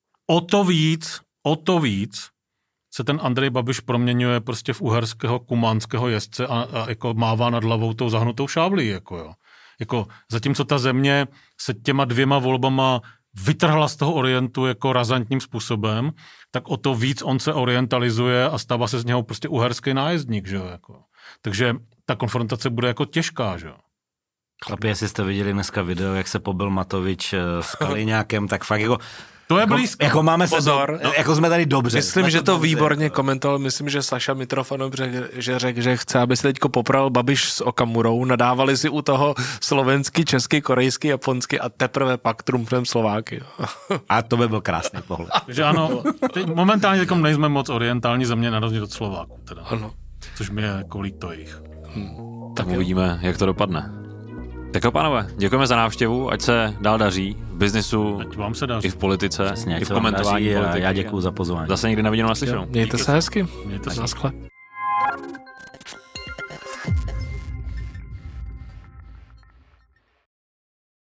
o to víc se ten Andrej Babiš proměňuje prostě v uherského kumánského jezdce a jako mává nad hlavou tou zahnutou šáblí. Jako zatímco ta země se těma 2 volbama vytrhla z toho orientu jako razantním způsobem, tak o to víc on se orientalizuje a stává se z něho prostě uherský nájezdník, že jo, jako. Takže ta konfrontace bude jako těžká, že jo. Chlapi, jestli jste viděli dneska video, jak se pobil Matovič s Kaliňákem, tak fakt jako to je blízko. Jako máme pozor, jako jsme tady dobře. Myslím, že to výborně komentoval, myslím, že Saša Mitrofanov řekl, že chce, aby se teďko popral Babiš s Okamurou, nadávali si u toho slovenský, český, korejský, japonský a teprve pak trumpnem Slováky. A to by byl krásný pohled. Takže ano, momentálně takom nejsme moc orientální země na rozdíl od Slováků. Teda. Ano. Což mi je jako líto jich. Tak uvidíme, jak to dopadne. Tak jo, pánové, děkujeme za návštěvu, ať se dál daří v biznisu, vám se daří. I v politice, Přesně, i v komentování politiky. Já děkuju za pozvání. Zase někdy na viděnou, naslyšenou. Mějte se hezky. Mějte se. Naschle.